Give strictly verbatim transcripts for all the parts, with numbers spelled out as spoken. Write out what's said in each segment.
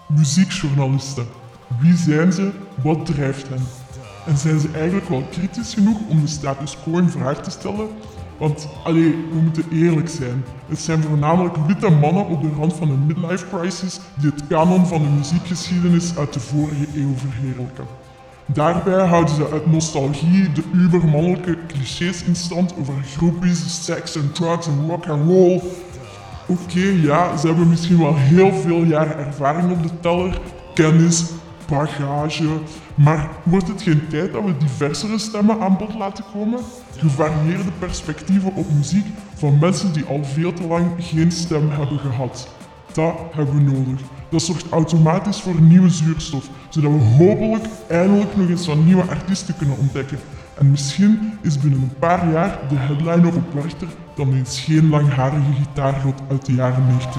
Muziekjournalisten. Wie zijn ze? Wat drijft hen? En zijn ze eigenlijk wel kritisch genoeg om de status quo in vraag te stellen? Want, allee, we moeten eerlijk zijn. Het zijn voornamelijk witte mannen op de rand van een midlife crisis die het kanon van de muziekgeschiedenis uit de vorige eeuw verheerlijken. Daarbij houden ze uit nostalgie de ubermannelijke clichés in stand over groepies, seks en drugs en rock and roll. Oké, okay, ja, ze hebben misschien wel heel veel jaren ervaring op de teller, kennis, bagage, maar wordt het geen tijd dat we diversere stemmen aan bod laten komen? Gevarieerde perspectieven op muziek van mensen die al veel te lang geen stem hebben gehad. Dat hebben we nodig. Dat zorgt automatisch voor nieuwe zuurstof, zodat we hopelijk eindelijk nog eens wat nieuwe artiesten kunnen ontdekken. En misschien is binnen een paar jaar de headliner op Werchter dan eens geen langharige gitaargrot uit de jaren negentig.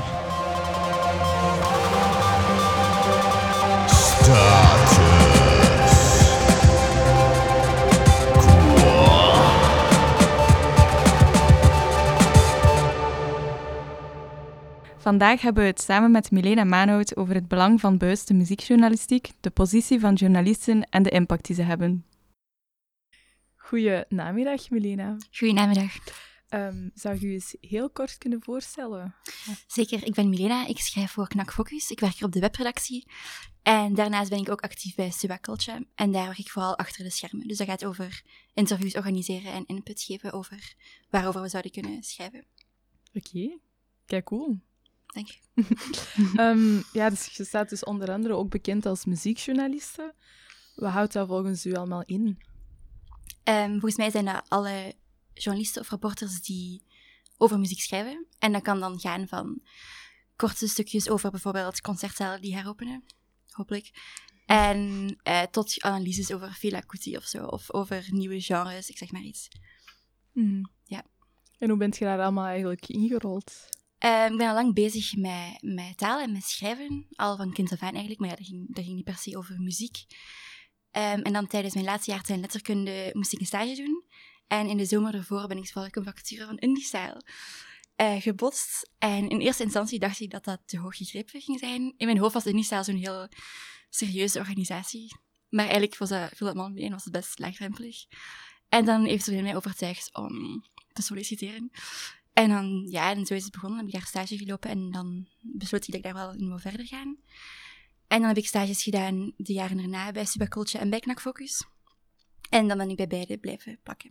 Vandaag hebben we het samen met Milena Maanhout over het belang van bewuste muziekjournalistiek, de positie van journalisten en de impact die ze hebben. Goedenamiddag, Milena. Goedenamiddag. Um, zou je je eens heel kort kunnen voorstellen? Zeker, ik ben Milena, ik schrijf voor Knak Focus, ik werk hier op de webredactie. En daarnaast ben ik ook actief bij Suba Culture en daar werk ik vooral achter de schermen. Dus dat gaat over interviews organiseren en input geven over waarover we zouden kunnen schrijven. Oké, okay. Kijk, cool. Dank je. um, ja, dus je staat dus onder andere ook bekend als muziekjournaliste. Wat houdt dat volgens u allemaal in? Um, volgens mij zijn dat alle journalisten of reporters die over muziek schrijven. En dat kan dan gaan van korte stukjes over bijvoorbeeld concertzalen die heropenen, hopelijk. En uh, tot analyses over Fela Kuti of zo, of over nieuwe genres, ik zeg maar iets. Mm. Ja. En hoe bent je daar allemaal eigenlijk ingerold? Uh, ik ben al lang bezig met, met taal en met schrijven, al van kind af aan eigenlijk, maar ja, dat ging, dat ging niet per se over muziek. Um, en dan tijdens mijn laatste jaar in letterkunde moest ik een stage doen. En in de zomer ervoor ben ik toevallig een vacature van IndieStyle uh, gebotst. En in eerste instantie dacht ik dat dat te hoog gegrepen ging zijn. In mijn hoofd was IndieStyle zo'n heel serieuze organisatie. Maar eigenlijk was dat, viel dat man mee en was het best laagdrempelig. En dan heeft ze mij overtuigd om te solliciteren. En dan, ja, en zo is het begonnen. Dan heb ik daar stage gelopen en dan besloot ik dat ik daar wel in wil verder gaan. En dan heb ik stages gedaan de jaren erna bij Suba Culture en bij Knak Focus. En dan ben ik bij beide blijven plakken.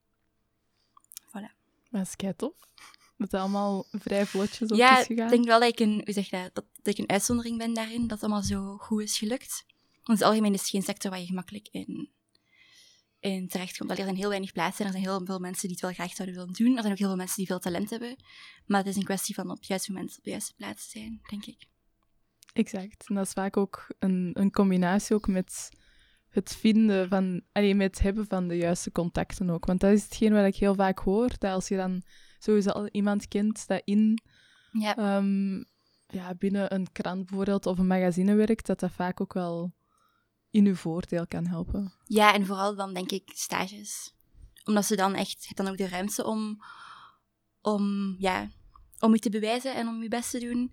Voilà. Dat is kei tof. Dat het allemaal vrij vlotjes op ja, is gegaan. Ja, ik denk wel dat ik, een, hoe zeg je dat, dat, dat ik een uitzondering ben daarin, dat het allemaal zo goed is gelukt. Want in het algemeen is het geen sector waar je gemakkelijk in, in terechtkomt. Er zijn heel weinig plaatsen en er zijn heel veel mensen die het wel graag zouden willen doen. Er zijn ook heel veel mensen die veel talent hebben. Maar het is een kwestie van op het juiste moment op de juiste plaats zijn, denk ik. Exact. En dat is vaak ook een, een combinatie ook met het vinden van, allee, met het hebben van de juiste contacten ook. Want dat is hetgeen wat ik heel vaak hoor, dat als je dan sowieso al iemand kent dat in, ja. Um, ja, binnen een krant bijvoorbeeld of een magazine werkt, dat dat vaak ook wel in uw voordeel kan helpen. Ja, en vooral dan denk ik stages. Omdat ze dan echt, je hebt dan ook de ruimte om, om, ja, om je te bewijzen en om je best te doen.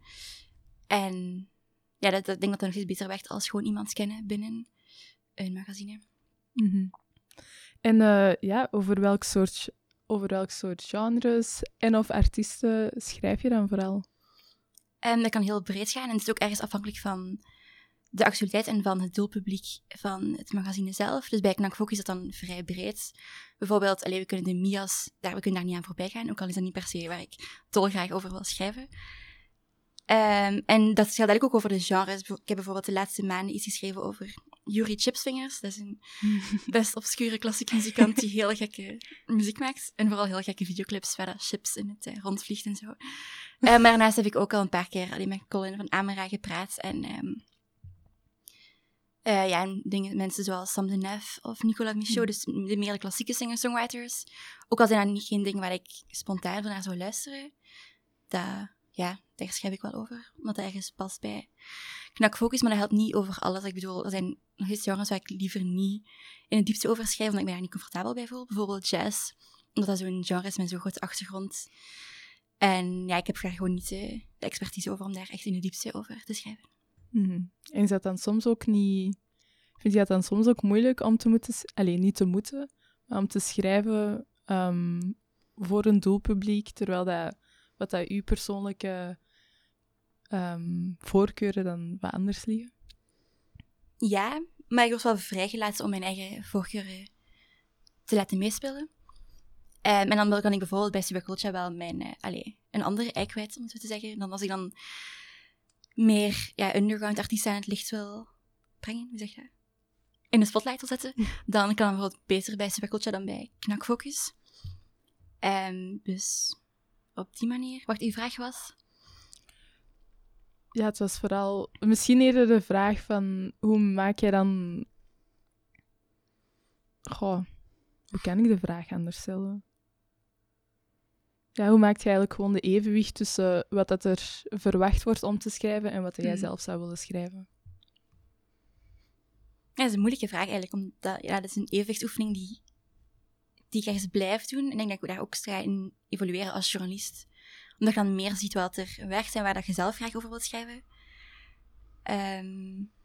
En ja, dat, dat, ik denk dat dat nog eens beter werkt als gewoon iemand kennen binnen een magazine. Mm-hmm. En uh, ja, over welk soort, over welk soort genres en of artiesten schrijf je dan vooral? Um, dat kan heel breed gaan en het is ook ergens afhankelijk van de actualiteit en van het doelpubliek van het magazine zelf. Dus bij Knak Focus is dat dan vrij breed. Bijvoorbeeld, allee, we kunnen de Mia's, daar, we kunnen daar niet aan voorbij gaan, ook al is dat niet per se waar ik dolgraag over wil schrijven. Um, en dat gaat eigenlijk ook over de genres. Ik heb bijvoorbeeld de laatste maanden iets geschreven over Yuri Chipsvingers. Dat is een best obscure klassieke muzikant die heel gekke muziek maakt. En vooral heel gekke videoclips waar dat chips in het uh, rondvliegt en zo. Uh, maar daarnaast heb ik ook al een paar keer alleen met Colin van Amara gepraat. En, um, uh, ja, en dingen, mensen zoals Sam de Neff of Nicolas Michaud. Mm. Dus de meer de klassieke singer-songwriters. Ook al zijn dat niet geen dingen waar ik spontaan van naar zou luisteren. Dat... Ja, daar schrijf ik wel over, omdat dat ergens past bij Knak Focus, maar dat helpt niet over alles. Ik bedoel, er zijn nog eens genres waar ik liever niet in het diepste over schrijf, omdat ik me daar niet comfortabel bij voel. Bijvoorbeeld jazz, omdat dat zo'n genre is met zo'n grote achtergrond. En ja, ik heb daar gewoon niet de, de expertise over om daar echt in het diepste over te schrijven. Mm-hmm. En is dat dan soms ook niet... Vind je dat dan soms ook moeilijk om te moeten... Alleen niet te moeten, maar om te schrijven um, voor een doelpubliek, terwijl dat, wat dat uw persoonlijke um, voorkeuren dan wat anders liggen? Ja, maar ik was wel vrijgelaten om mijn eigen voorkeuren te laten meespelen. Um, en dan kan ik bijvoorbeeld bij Subaculture wel mijn, uh, allez, een andere ei kwijt, om het zo te zeggen. Dan als ik dan meer ja, underground artiesten aan het licht wil brengen, hoe zeg je dat? In de spotlight wil zetten, dan kan het bijvoorbeeld beter bij Subaculture dan bij Knakfocus. Um, dus op die manier. Wat uw vraag was? Ja, het was vooral... Misschien eerder de vraag van... Hoe maak jij dan... Goh, hoe kan ik de vraag anders stellen? Ja, hoe maak je eigenlijk gewoon de evenwicht tussen wat dat er verwacht wordt om te schrijven en wat jij hmm. zelf zou willen schrijven? Ja, dat is een moeilijke vraag eigenlijk, omdat ja, dat is een evenwichtsoefening die, die ik ergens blijf doen. En ik denk dat ik daar ook ga in evolueren als journalist. Omdat je dan meer ziet wat er werkt en waar dat je zelf graag over wilt schrijven. Um...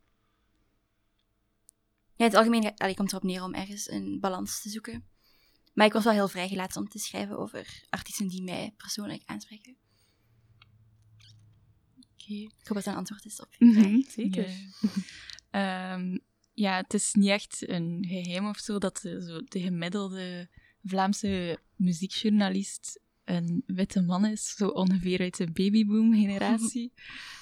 Ja, in het algemeen allee, komt erop neer om ergens een balans te zoeken. Maar ik was wel heel vrijgelaten om te schrijven over artiesten die mij persoonlijk aanspreken. Oké. Okay. Ik hoop dat dat een antwoord is op je vraag. Mm-hmm, zeker. Ja. um, ja, het is niet echt een geheim of zo dat de, zo de gemiddelde Vlaamse muziekjournalist een witte man is, zo ongeveer uit de babyboom-generatie.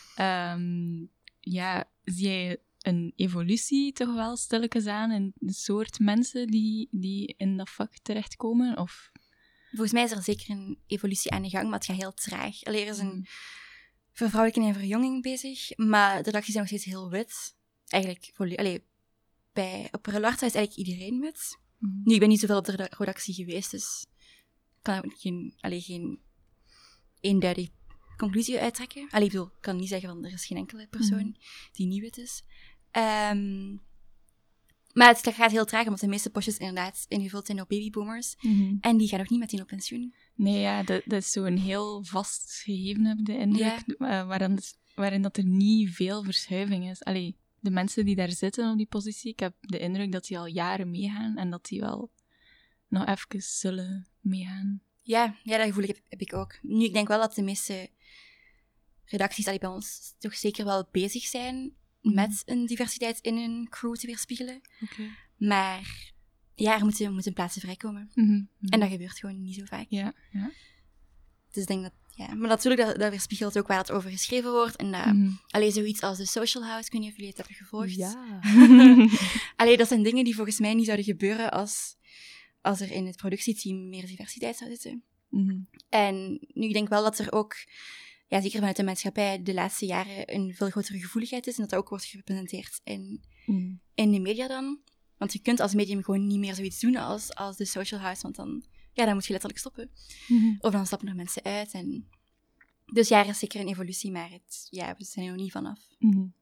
um, ja, zie jij een evolutie toch wel stilletjes aan in de soort mensen die, die in dat vak terechtkomen? Of? Volgens mij is er zeker een evolutie aan de gang, maar het gaat heel traag. Allee, er is een vervrouwelijking en verjonging bezig, maar de redacties zijn nog steeds heel wit. Eigenlijk, allee, bij, op Relarta is eigenlijk iedereen wit. Mm. Nu, ik ben niet zoveel op de redactie geweest, dus ik kan ook geen, allee, geen eenduidige conclusie uittrekken. Allee, ik bedoel, ik kan niet zeggen van er is geen enkele persoon mm. die niet wit is. Um, maar het gaat heel traag, omdat de meeste postjes inderdaad ingevuld zijn door babyboomers. Mm-hmm. En die gaan nog niet meteen op pensioen. Nee, ja, dat, dat is zo'n heel vast gegeven, heb ik de indruk, ja. waarin, waarin dat er niet veel verschuiving is. Allee, de mensen die daar zitten op die positie, ik heb de indruk dat die al jaren meegaan en dat die wel nog even zullen meegaan. Ja, ja, dat gevoel heb, heb ik ook. Nu, ik denk wel dat de meeste redacties die bij ons toch zeker wel bezig zijn met een diversiteit in hun crew te weerspiegelen. Okay. Maar ja, er moeten, moeten plaatsen vrijkomen. Mm-hmm. Mm-hmm. En dat gebeurt gewoon niet zo vaak. Ja, ja. Dus ik denk dat, ja. Maar natuurlijk, dat, dat weerspiegelt ook waar het over geschreven wordt. En dat, mm-hmm. allee, zoiets als de Social House, ik weet niet of jullie het hebben gevolgd. Ja. Allee, dat zijn dingen die volgens mij niet zouden gebeuren als, als er in het productieteam meer diversiteit zou zitten. Mm-hmm. En nu, ik denk wel dat er ook, ja, zeker vanuit de maatschappij, de laatste jaren een veel grotere gevoeligheid is en dat dat ook wordt gerepresenteerd in, mm. in de media dan. Want je kunt als medium gewoon niet meer zoiets doen als, als de Social House, want dan, ja, dan moet je letterlijk stoppen. Mm-hmm. Of dan stappen er mensen uit. En... Dus ja, er is zeker een evolutie, maar het, ja, we zijn er nog niet vanaf. Mm-hmm.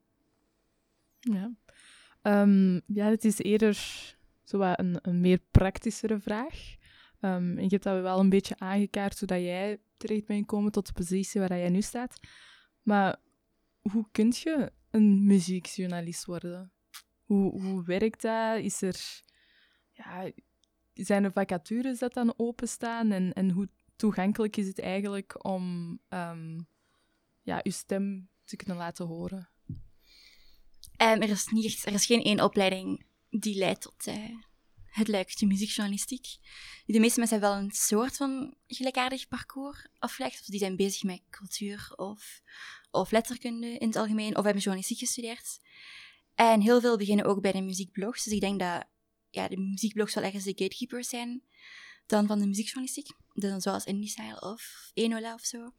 Ja. Um, ja, het is eerder zo wat een, een meer praktischere vraag. Um, ik heb dat wel een beetje aangekaart, zodat jij terecht bent gekomen tot de positie waar jij nu staat. Maar hoe kun je een muziekjournalist worden? Hoe, hoe werkt dat? Is er, ja, zijn er vacatures dat dan openstaan? En, en hoe toegankelijk is het eigenlijk om um, ja, je stem te kunnen laten horen? Um, er, is niet echt, er is geen één opleiding die leidt tot uh, het luikje muziekjournalistiek. De meeste mensen hebben wel een soort van gelijkaardig parcours afgelegd. Of die zijn bezig met cultuur of, of letterkunde in het algemeen, of hebben journalistiek gestudeerd. En heel veel beginnen ook bij de muziekblogs. Dus ik denk dat ja, de muziekblogs wel ergens de gatekeepers zijn dan van de muziekjournalistiek. Dus zoals IndieStyle of Enola of zo.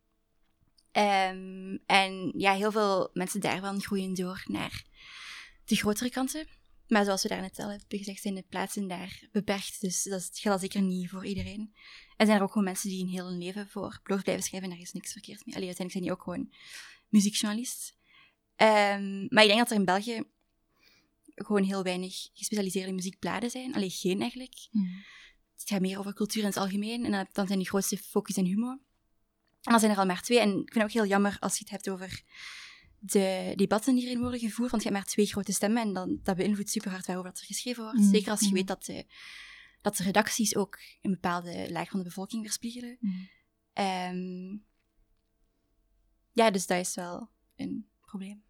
Um, en ja, heel veel mensen daarvan groeien door naar de grotere kanten. Maar zoals we daarnet al hebben gezegd, zijn de plaatsen daar beperkt. Dus dat geldt zeker niet voor iedereen. En zijn er ook gewoon mensen die een heel leven voor blogs blijven schrijven en daar is niks verkeerd mee. Allee, uiteindelijk zijn die ook gewoon muziekjournalist. Um, maar ik denk dat er in België gewoon heel weinig gespecialiseerde muziekbladen zijn. Allee, geen eigenlijk. Mm. Het gaat meer over cultuur in het algemeen. En dan zijn die grootste focus en humor. En dan zijn er al maar twee. En ik vind het ook heel jammer als je het hebt over de debatten die erin worden gevoerd, want je hebt maar twee grote stemmen en dan, dat beïnvloedt super hard waarover er geschreven wordt. Mm. Zeker als je Mm. weet dat de, dat de redacties ook een bepaalde laag van de bevolking weerspiegelen. Mm. Ehm, ja, dus dat is wel een probleem.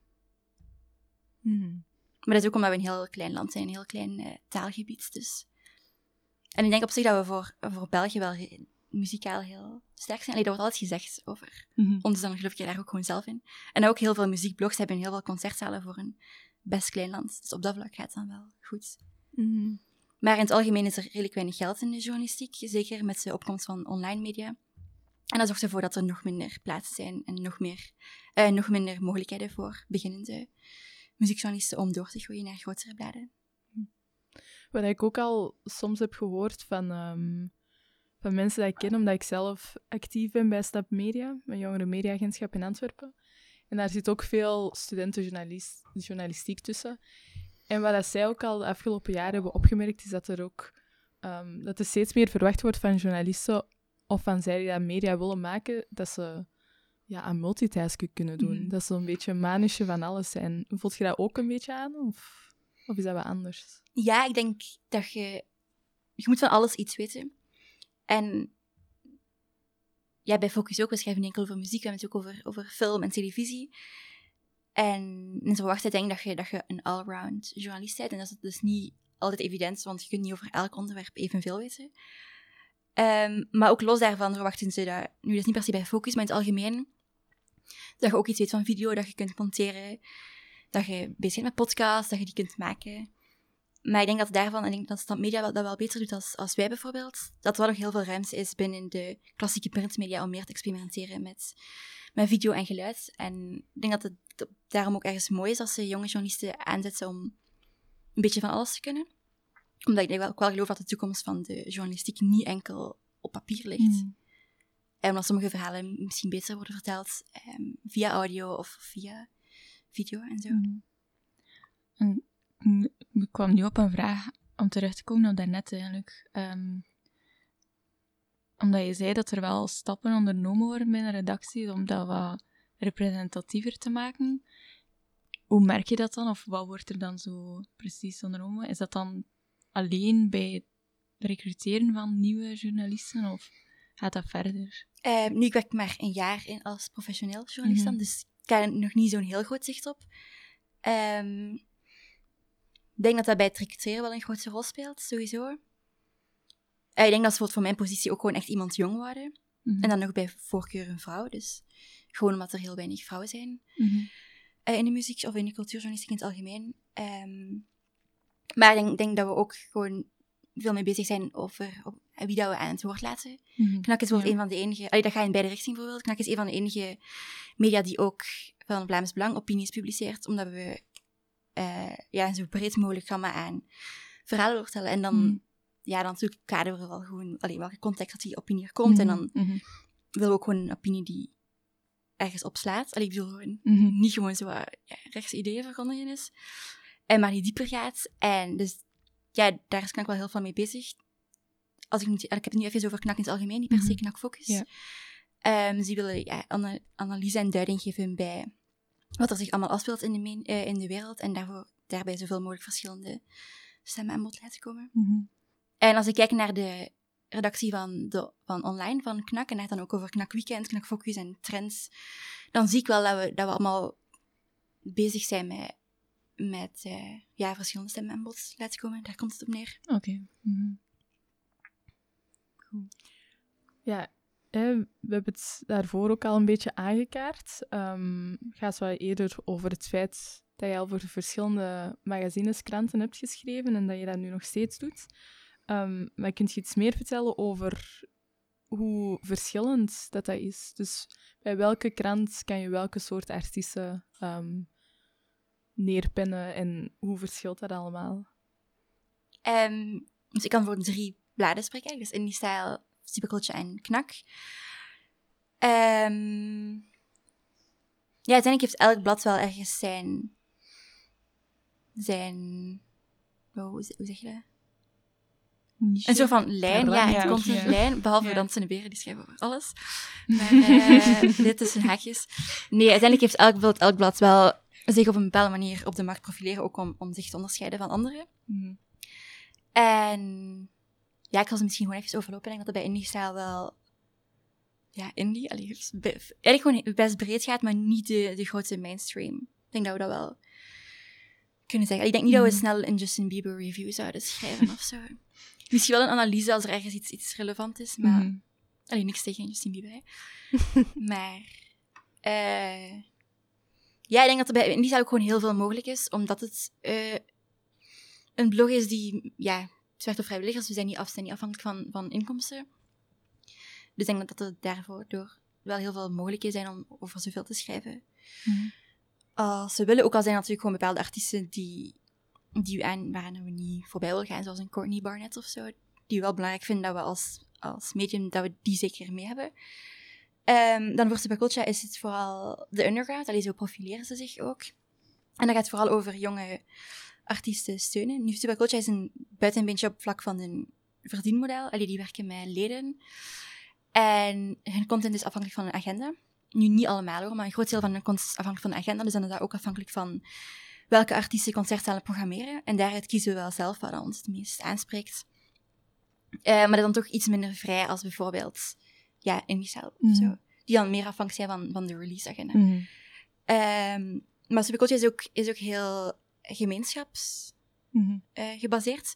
Mm. Maar dat is ook omdat we een heel klein land zijn, een heel klein uh, taalgebied. Dus. En ik denk op zich dat we voor, voor België wel re- muzikaal heel sterk zijn. Allee, dat wordt altijd gezegd over Mm-hmm. ons, dan geloof ik daar ook gewoon zelf in. En ook heel veel muziekblogs hebben heel veel concertzalen voor een best klein land. Dus op dat vlak gaat het dan wel goed. Mhm. Maar in het algemeen is er redelijk weinig geld in de journalistiek, zeker met de opkomst van online media. En dat zorgt ervoor dat er nog minder plaatsen zijn en nog, meer, uh, nog minder mogelijkheden voor beginnende muziekjournalisten om door te groeien naar grotere bladen. Wat ik ook al soms heb gehoord van, ehm, van mensen die ik ken, omdat ik zelf actief ben bij Stap Media, een jongere mediaagentschap in Antwerpen. En daar zit ook veel studentenjournalistiek tussen. En wat dat zij ook al de afgelopen jaren hebben opgemerkt, is dat er ook um, dat er steeds meer verwacht wordt van journalisten of van zij die dat media willen maken, dat ze ja, aan multitasken kunnen doen. Mm. Dat ze een beetje een manusje van alles zijn. Voelt je dat ook een beetje aan? Of, of is dat wat anders? Ja, ik denk dat je... Je moet van alles iets weten. En ja, bij Focus ook. We schrijven niet enkel over muziek, we hebben het ook over, over film en televisie. En in zo'n wachttijd denk ik dat je, dat je een all-round journalist bent. En dat is dus niet altijd evident, want je kunt niet over elk onderwerp evenveel weten. Um, maar ook los daarvan verwachten ze dat... Nu, dat is niet per se bij Focus, maar in het algemeen... Dat je ook iets weet van video, dat je kunt monteren. Dat je bezig bent met podcasts, dat je die kunt maken. Maar ik denk dat daarvan, en ik denk dat Stap Media dat wel beter doet als, als wij bijvoorbeeld, dat er wel nog heel veel ruimte is binnen de klassieke printmedia om meer te experimenteren met, met video en geluid. En ik denk dat het dat daarom ook ergens mooi is als ze jonge journalisten aanzetten om een beetje van alles te kunnen. Omdat ik denk wel, ook wel geloof dat de toekomst van de journalistiek niet enkel op papier ligt. Mm. En omdat sommige verhalen misschien beter worden verteld um, via audio of via video en zo. Mm. En ik kwam nu op een vraag om terug te komen op daarnet eigenlijk. Um, omdat je zei dat er wel stappen ondernomen worden binnen redactie om dat wat representatiever te maken. Hoe merk je dat dan? Of wat wordt er dan zo precies ondernomen? Is dat dan alleen bij het recruteren van nieuwe journalisten of gaat dat verder? Uh, nu, ik werk maar een jaar in als professioneel journalist, Mm-hmm. dus ik heb er nog niet zo'n heel groot zicht op. Um, ik denk dat dat bij het recruteren wel een grote rol speelt, sowieso. Uh, ik denk dat ze bijvoorbeeld voor mijn positie ook gewoon echt iemand jong waren. Mm-hmm. En dan nog bij voorkeur een vrouw, dus gewoon omdat er heel weinig vrouwen zijn Mm-hmm. uh, in de muziek of in de cultuurjournalistiek in het algemeen. Um, maar ik denk, denk dat we ook gewoon veel mee bezig zijn over op, wie dat we aan het woord laten. Mm-hmm. Knak is bijvoorbeeld Ja. een van de enige... Allee, dat gaat in beide richtingen bijvoorbeeld. Knak is een van de enige media die ook van Vlaams Belang opinies publiceert, omdat we uh, ja, een zo breed mogelijk gamma aan verhalen willen vertellen. En dan, Mm. ja, dan natuurlijk kaderen we wel gewoon allee, welke context dat die opinie er komt. Mm-hmm. En dan Mm-hmm. willen we ook gewoon een opinie die ergens opslaat. Allee, ik bedoel gewoon Mm-hmm. niet gewoon zo uh, ja, rechtse ideeën verkondigen is, en maar die dieper gaat. En dus, ja, daar is Knak wel heel veel mee bezig. Als ik, niet, ik heb het nu even over Knak in het algemeen, niet per se Mhm. Knak Focus. Ja. Um, ze willen ja, ana- analyse en duiding geven bij wat er zich allemaal afspeelt in de, main, uh, in de wereld en daarvoor, daarbij zoveel mogelijk verschillende stemmen aan bod laten komen. Mm-hmm. En als ik kijk naar de redactie van, de, van online van Knak, en daar dan ook over Knak Weekend, Knak Focus en trends, dan zie ik wel dat we, dat we allemaal bezig zijn met, met uh, ja, verschillende stemmen aan bod laten komen. Daar komt het op neer. Oké. Okay. Mm-hmm. Ja, hè, we hebben het daarvoor ook al een beetje aangekaart. Um, gaat zo eerder over het feit dat je al voor verschillende magazines, kranten hebt geschreven en dat je dat nu nog steeds doet. Um, maar kun je iets meer vertellen over hoe verschillend dat, dat is? Dus bij welke krant kan je welke soort artiesten um, neerpennen en hoe verschilt dat allemaal? Um, dus ik kan voor drie bladen spreken, dus Indie Style, Stieperkeltje en Knak. Um, ja, uiteindelijk heeft elk blad wel ergens zijn... zijn... Oh, hoe, hoe zeg je dat? Niche. Een soort van lijn, Ja, ja, ja, een constant ja. lijn. Behalve Ja. Dansen en Beren, die schrijven over alles. Maar uh, dit is een haakjes. Nee, uiteindelijk heeft elk blad, elk blad wel zich op een bepaalde manier op de markt profileren, ook om, om zich te onderscheiden van anderen. Mhm. En ja, ik zal ze misschien gewoon even overlopen. Ik denk dat het bij Indie-stijl wel... Ja, indie, allee, be- eigenlijk gewoon best breed gaat, maar niet de, de grote mainstream. Ik denk dat we dat wel kunnen zeggen. Ik denk niet Mhm. dat we snel een Justin Bieber review zouden schrijven of zo. Misschien wel een analyse als er ergens iets, iets relevant is, maar... Mhm. Allee, niks tegen Justin Bieber, hè. Maar... eh, ja, ik denk dat er bij Indie ook gewoon heel veel mogelijk is, omdat het eh, een blog is die... Ja, het werkt op vrijwilligers, we zijn niet, af, zijn niet afhankelijk van, van inkomsten. Dus ik denk dat er daarvoor door wel heel veel mogelijkheden zijn om over zoveel te schrijven. Mhm. Als we willen, ook al zijn er natuurlijk gewoon bepaalde artiesten die, die aan, waaraan we niet voorbij willen gaan, zoals een Courtney Barnett of zo, die we wel belangrijk vinden dat we als, als medium, dat we die zeker mee hebben. Um, dan voor Subaculture is het vooral de underground, allee, zo profileren ze zich ook. En dan gaat het vooral over jonge artiesten steunen. Nu, Subaculture is een buitenbeentje op vlak van een verdienmodel. Allee, die werken met leden. En hun content is afhankelijk van een agenda. Nu, niet allemaal hoor, maar een groot deel van hun content is afhankelijk van de agenda. Dus dan is dat ook afhankelijk van welke artiesten concertzalen programmeren. En daaruit kiezen we wel zelf wat ons het meest aanspreekt. Uh, maar dat is dan toch iets minder vrij als bijvoorbeeld ja, Indie-stijl of Mhm. zo. Die dan meer afhankelijk zijn van, van de release-agenda. Mhm. Um, maar Subaculture is ook, is ook heel gemeenschapsgebaseerd. Mhm. Uh, gebaseerd.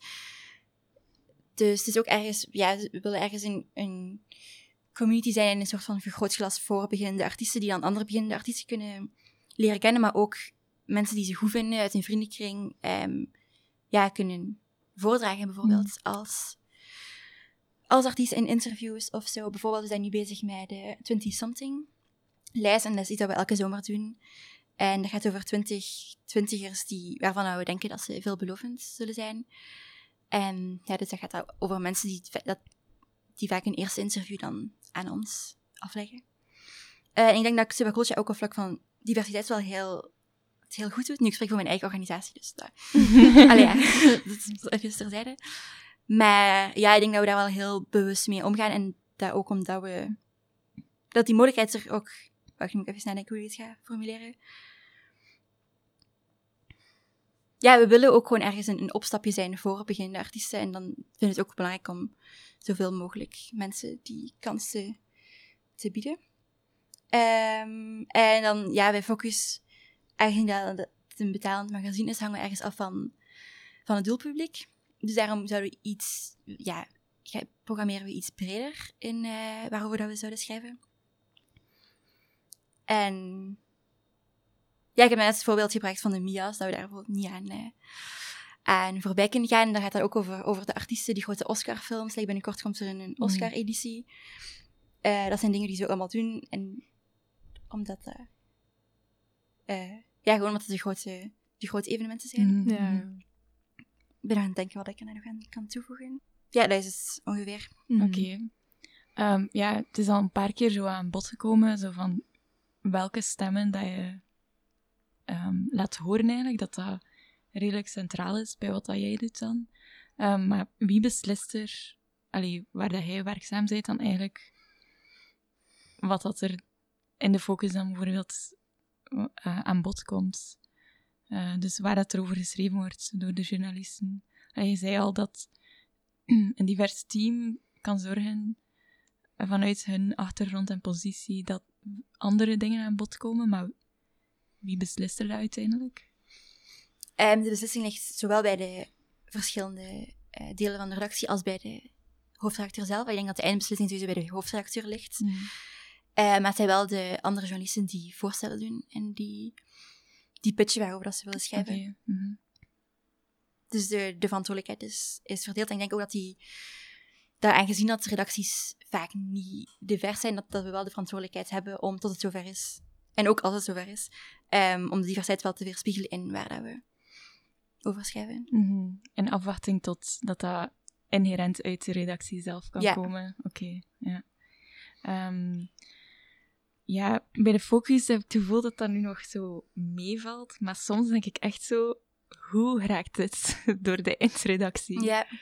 Dus het is ook ergens... Ja, we willen ergens een, een community zijn en een soort van vergrootglas voor beginnende artiesten, die dan andere beginnende artiesten kunnen leren kennen, maar ook mensen die ze goed vinden uit hun vriendenkring um, ja, kunnen voordragen, bijvoorbeeld, Mm. als, als artiest in interviews of zo. Bijvoorbeeld, we zijn nu bezig met de twintig-something lijst, en dat is iets dat we elke zomer doen. En dat gaat over twintig twintigers die, waarvan we denken dat ze veelbelovend zullen zijn. En ja, dus dat gaat over mensen die, dat, die vaak een eerste interview dan aan ons afleggen. Uh, en ik denk dat Subaculture ook op vlak van diversiteit wel heel, het heel goed doet. Nu, ik spreek voor mijn eigen organisatie, dus dat... Allee, ja, dat is even terzijde. Maar ja, ik denk dat we daar wel heel bewust mee omgaan. En dat ook omdat we... Dat die mogelijkheid er ook... Wacht, nu moet ik even nadenken hoe je het ga formuleren. Ja, we willen ook gewoon ergens een, een opstapje zijn voor beginnende artiesten. En dan vind ik het ook belangrijk om zoveel mogelijk mensen die kans te, te bieden. Um, en dan, ja, bij Focus, eigenlijk dat het een betalend magazine is, hangen we ergens af van, van het doelpubliek. Dus daarom zouden we iets, ja, programmeren we iets breder in uh, waarover dat we zouden schrijven. En ja, ik heb net het voorbeeld gebracht van de Mia's, dat we daar bijvoorbeeld niet aan, uh, aan voorbij kunnen gaan. En dat gaat dan ook over, over de artiesten, die grote Oscar-films. Like binnenkort komt er een Oscar-editie. Uh, dat zijn dingen die ze ook allemaal doen. En omdat, uh, uh, ja, gewoon omdat het de grote, de grote evenementen zijn. Mm-hmm. Ja. Ik ben aan het denken wat ik er nog aan kan toevoegen. Ja, dat is het ongeveer. Oké. Okay. Um, ja, het is al een paar keer zo aan bod gekomen, zo van welke stemmen dat je um, laat horen eigenlijk, dat dat redelijk centraal is bij wat dat jij doet dan. Um, maar wie beslist er, allee, waar dat jij werkzaam bent dan eigenlijk, wat dat er in de focus dan bijvoorbeeld uh, aan bod komt? Uh, dus waar dat er over geschreven wordt door de journalisten. En je zei al dat een divers team kan zorgen vanuit hun achtergrond en positie dat andere dingen aan bod komen, maar wie beslist er dat uiteindelijk? Um, de beslissing ligt zowel bij de verschillende uh, delen van de redactie als bij de hoofdredacteur zelf. Ik denk dat de eindbeslissing sowieso bij de hoofdredacteur ligt. Mm. Uh, maar het zijn wel de andere journalisten die voorstellen doen en die, die pitchen waarover dat ze willen schrijven. Okay. Mm-hmm. Dus de, de verantwoordelijkheid is, is verdeeld. En ik denk ook dat die, dat aangezien dat redacties vaak niet divers zijn, dat, dat we wel de verantwoordelijkheid hebben om tot het zover is. En ook als het zover is, um, om de diversiteit wel te weerspiegelen in waar dat we over schrijven. Mm-hmm. In afwachting tot dat dat inherent uit de redactie zelf kan ja. komen. Oké, okay, ja. Um, ja, bij de focus heb ik het gevoel dat dat nu nog zo meevalt. Maar soms denk ik echt zo, hoe raakt dit door de eindredactie? Ja.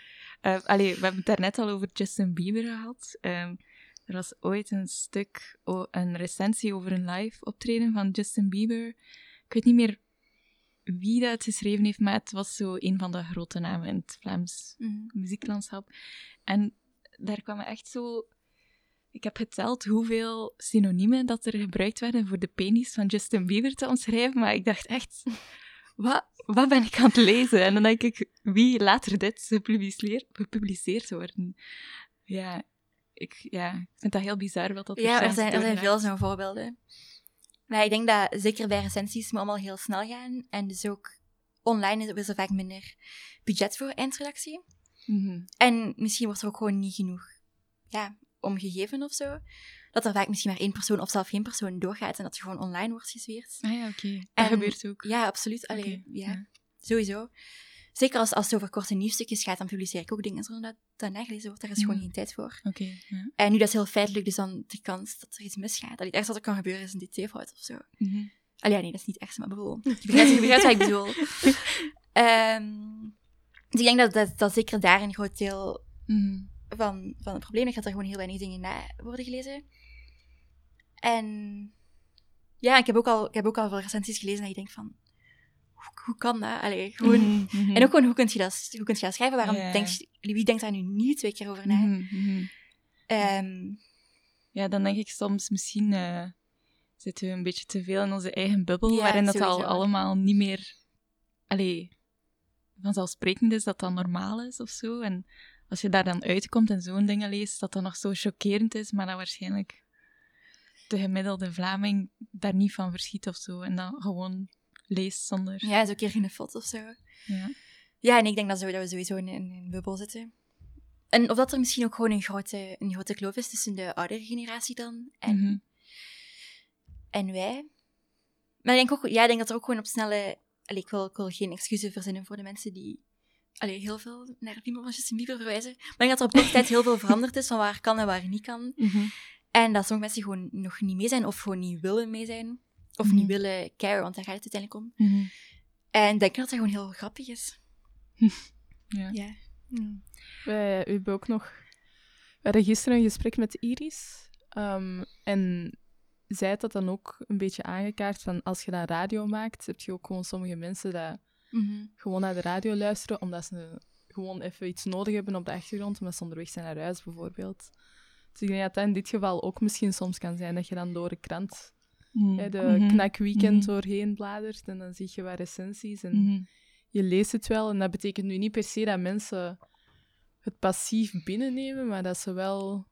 Uh, allee, we hebben het daarnet al over Justin Bieber gehad. Um, er was ooit een stuk, oh, een recensie over een live optreden van Justin Bieber. Ik weet niet meer wie dat geschreven heeft, maar het was zo een van de grote namen in het Vlaams mm. muzieklandschap. En daar kwamen echt zo... Ik heb geteld hoeveel synoniemen dat er gebruikt werden voor de penis van Justin Bieber te omschrijven, maar ik dacht echt... Wat, wat ben ik aan het lezen? En dan denk ik, wie later dit gepubliceerd, gepubliceerd worden? Ja ik, ja, ik vind dat heel bizar wat dat Ja, er zijn, er zijn veel zo'n voorbeelden. Maar ik denk dat zeker bij recensies moet allemaal heel snel gaan. En dus ook online is er vaak minder budget voor eindredactie. Mm-hmm. En misschien wordt er ook gewoon niet genoeg ja, omgegeven of zo. Dat er vaak misschien maar één persoon of zelfs geen persoon doorgaat en dat er gewoon online wordt gesweerd. Ah ja, oké. Okay. Dat gebeurt ook. Ja, absoluut. Allee, okay. ja, ja, sowieso. Zeker als, als het over korte nieuwstukjes gaat, dan publiceer ik ook dingen zonder dat dat nagelezen wordt. Daar is mm. gewoon geen tijd voor. Okay, ja. En nu dat is heel feitelijk, dus dan de kans dat er iets misgaat. Allee, het ergste wat er kan gebeuren is een D T-fout of zo. Mm-hmm. Allee, ja, nee, dat is niet echt, maar bedoel. Je begrijpt, je begrijpt wat ik bedoel. um, dus ik denk dat, dat, dat zeker daar een groot deel mm. van, van het probleem is, dat er gewoon heel weinig dingen na worden gelezen. En ja, ik heb ook al, ik heb ook al veel recensies gelezen dat je denkt van, hoe, hoe kan dat? Allee, gewoon... Mm-hmm. En ook gewoon, hoe kun je dat, hoe kun je dat schrijven? Waarom yeah. denk je, wie denkt daar nu niet twee keer over na? Mm-hmm. Um, ja, dan denk ik soms misschien uh, zitten we een beetje te veel in onze eigen bubbel, ja, waarin dat sowieso. al allemaal niet meer allee, vanzelfsprekend is dat dat normaal is of zo. En als je daar dan uitkomt en zo'n dingen leest, dat dat nog zo chockerend is, maar dat waarschijnlijk de gemiddelde Vlaming daar niet van verschiet of zo. En dan gewoon leest zonder... Ja, zo keer gnuffeld of zo. Ja. Ja, en ik denk dat, zo, dat we sowieso in, in een bubbel zitten. En of dat er misschien ook gewoon een grote, een grote kloof is tussen de oudere generatie dan en, mm-hmm. en wij. Maar ik denk ook, ja, ik denk dat er ook gewoon op snelle... Allee, ik, wil, ik wil geen excuses verzinnen voor de mensen die allee, heel veel naar het piemel van Justin Bieber verwijzen. Maar ik denk dat er op korte tijd heel veel veranderd is van waar kan en waar niet kan. Mm-hmm. En dat sommige mensen gewoon nog niet mee zijn of gewoon niet willen mee zijn. Of mm-hmm. niet willen care, want daar gaat het uiteindelijk om. Mm-hmm. En ik denk dat dat gewoon heel grappig is. ja. ja. Mm. Wij hebben ook nog... We hadden gisteren een gesprek met Iris. Um, en zij had dat dan ook een beetje aangekaart van als je dan radio maakt, heb je ook gewoon sommige mensen die Mm-hmm. gewoon naar de radio luisteren, omdat ze gewoon even iets nodig hebben op de achtergrond, omdat ze onderweg zijn naar huis, bijvoorbeeld. Dus ik denk dat dat in dit geval ook misschien soms kan zijn, dat je dan door de krant mm-hmm. hè, de mm-hmm. knakweekend mm-hmm. doorheen bladert en dan zie je wat recensies en mm-hmm. je leest het wel. En dat betekent nu niet per se dat mensen het passief binnennemen, maar dat ze wel...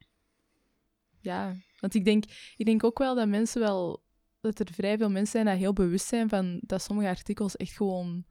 Ja, want ik denk, ik denk ook wel dat mensen wel... Dat er vrij veel mensen zijn die heel bewust zijn van dat sommige artikels echt gewoon...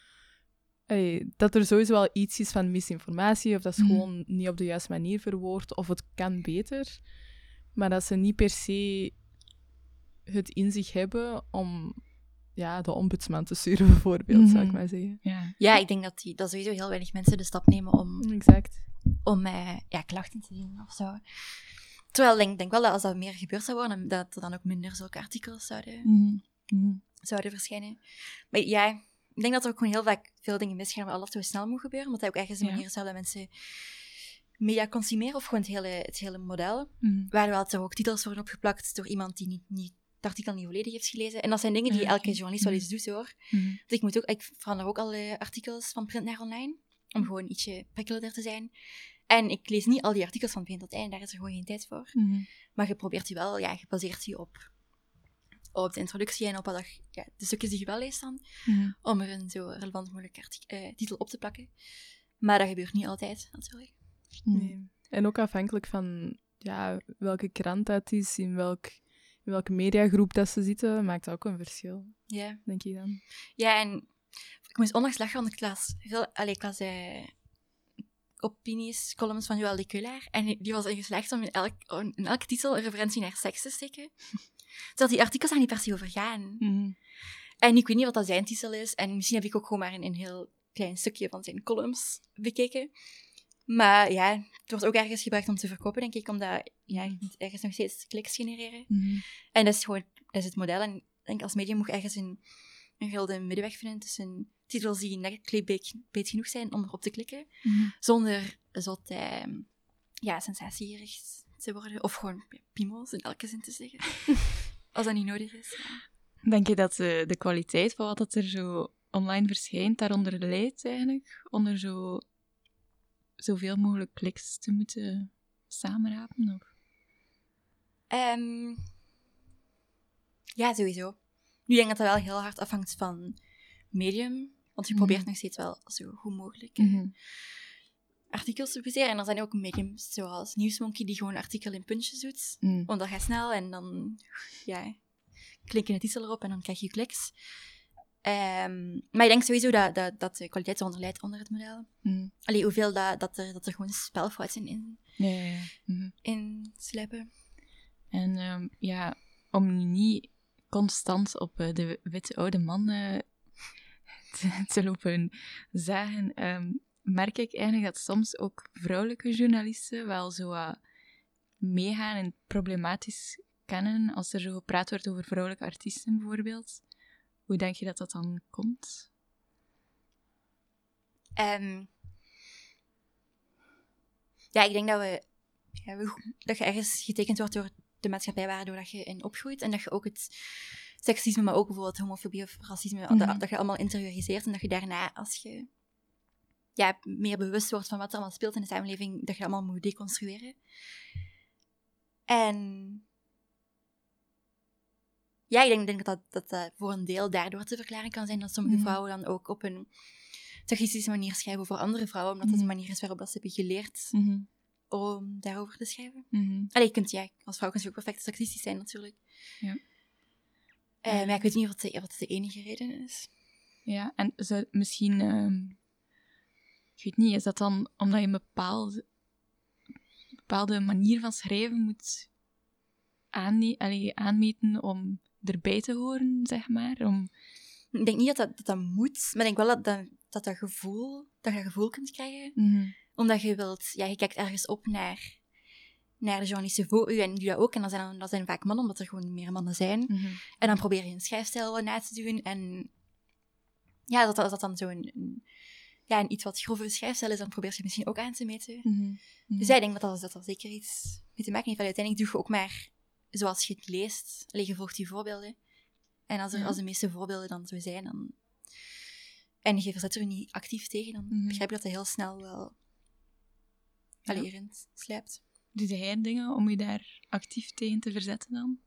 Ey, dat er sowieso wel iets is van misinformatie, of dat is mm. gewoon niet op de juiste manier verwoord, of het kan beter. Maar dat ze niet per se het in zich hebben om ja, de ombudsman te sturen, bijvoorbeeld, mm-hmm. zou ik maar zeggen. Ja, ja ik denk dat, die, dat sowieso heel weinig mensen de stap nemen om, Exact. om uh, ja, klachten te doen of zo. Terwijl ik denk, denk wel dat als dat meer gebeurd zou worden, dat er dan ook minder zulke artikels zouden, mm-hmm. Mm-hmm. zouden verschijnen. Maar ja... Ik denk dat er ook gewoon heel vaak veel dingen misgaan, maar alles zo snel moet gebeuren. Want dat ook ergens een ja. manier is dat mensen media consumeren, of gewoon het hele, het hele model. Mm-hmm. Waardoor er ook titels worden opgeplakt door iemand die niet, niet, het artikel niet volledig heeft gelezen. En dat zijn dingen die ja, elke okay. journalist wel eens doet, hoor. Mm-hmm. Dus ik, moet ook, ik verander ook alle artikels van print naar online, om gewoon ietsje prikkelender te zijn. En ik lees niet al die artikels van begin tot eind, daar is er gewoon geen tijd voor. Mm-hmm. Maar je probeert je wel, ja, je baseert je op... op de introductie en op wat, ja, de stukjes die je wel leest dan, mm-hmm. om er een zo relevant mogelijk artik- uh, titel op te plakken. Maar dat gebeurt niet altijd, natuurlijk. Mm-hmm. Nee. En ook afhankelijk van ja, welke krant dat is, in, welk, in welke mediagroep dat ze zitten, maakt dat ook een verschil, Ja. denk je dan. Ja, en ik moest onlangs lachen, want ik las, heel, allez, ik las uh, opinies, columns van Joël de Keulaar, en die was in geslaagd om in, elk, in elke titel een referentie naar seks te steken. Zodat die artikels daar niet per se over gaan. Mm-hmm. En ik weet niet wat dat zijn titel is. En misschien heb ik ook gewoon maar een, een heel klein stukje van zijn columns bekeken. Maar ja, het wordt ook ergens gebruikt om te verkopen, denk ik. Omdat ja, je moet ergens nog steeds kliks genereren. Mm-hmm. En dat is gewoon dat is het model. En ik denk als medium moet ergens een, een gulden middenweg vinden tussen titels die net clickbait genoeg zijn om erop te klikken. Mm-hmm. Zonder zot, eh, ja, sensatiegericht te worden. Of gewoon piemels in elke zin te zeggen. Als dat niet nodig is. Ja. Denk je dat de, de kwaliteit van wat er zo online verschijnt daaronder leidt eigenlijk? Onder zo zoveel mogelijk kliks te moeten samenrapen? Of? Um, ja, sowieso. Nu denk ik dat dat wel heel hard afhangt van medium. Want je Mm-hmm. probeert nog steeds wel zo goed mogelijk Mm-hmm. artikels te publiceren. En er zijn ook mediums zoals Nieuwsmonkey die gewoon een artikel in puntjes doet. Mm. Want dat gaat snel en dan ja, klik je een titel erop en dan krijg je kliks. Um, maar ik denk sowieso dat, dat, dat de kwaliteit eronder leidt onder het model. Mm. Allee, hoeveel dat, dat, er, dat er gewoon spelfouten in, Ja, ja, ja. Mm-hmm. in slepen. En um, ja, om nu niet constant op uh, de witte oude man uh, te, te lopen zagen, um, merk ik eigenlijk dat soms ook vrouwelijke journalisten wel zo uh, meegaan in problematisch kennen, als er zo gepraat wordt over vrouwelijke artiesten bijvoorbeeld. Hoe denk je dat dat dan komt? Um, ja, ik denk dat we, ja, we... dat je ergens getekend wordt door de maatschappij waardoor dat je in opgroeit. En dat je ook het seksisme, maar ook bijvoorbeeld homofobie of racisme, mm-hmm. dat, dat je allemaal interioriseert. En dat je daarna, als je ja, meer bewust wordt van wat er allemaal speelt in de samenleving, dat je dat allemaal moet deconstrueren. En... Ja, ik denk, denk dat, dat dat voor een deel daardoor te verklaren kan zijn dat sommige mm-hmm. vrouwen dan ook op een seksistische manier schrijven voor andere vrouwen, omdat mm-hmm. dat een manier is waarop dat ze hebben geleerd mm-hmm. om daarover te schrijven. Mm-hmm. Allee, je kunt, ja, als vrouw kun je ook perfect seksistisch zijn, natuurlijk. Ja. Uh, maar ik weet niet of het, de, of het de enige reden is. Ja, en zou misschien... Um, ik weet niet, is dat dan omdat je een bepaalde, bepaalde manier van schrijven moet aanne- allee, aanmeten om erbij te horen, zeg maar? Om... Ik denk niet dat dat, dat, dat moet, maar ik denk wel dat dat, dat, dat gevoel, dat je dat gevoel kunt krijgen. Mm-hmm. Omdat je wilt... Ja, je kijkt ergens op naar, naar de journalisten voor u en die dat ook. En dat zijn, dat zijn vaak mannen, omdat er gewoon meer mannen zijn. Mm-hmm. En dan probeer je een schrijfstijl na te doen. En ja, dat dat, dat dan zo'n... Een, ja, een iets wat grove schrijfstijl is, dan probeer je misschien ook aan te meten. Mm-hmm. Mm-hmm. Dus ja, ik denk dat dat, dat, dat zeker iets mee te maken heeft. Uiteindelijk doe je ook maar zoals je het leest. Allee, je volgt die voorbeelden. En als, er, ja. als de meeste voorbeelden dan zo zijn, dan... en je verzet er niet actief tegen, dan mm-hmm. begrijp je dat dat heel snel wel ja. allee, erin slijpt. Doe jij dingen om je daar actief tegen te verzetten dan?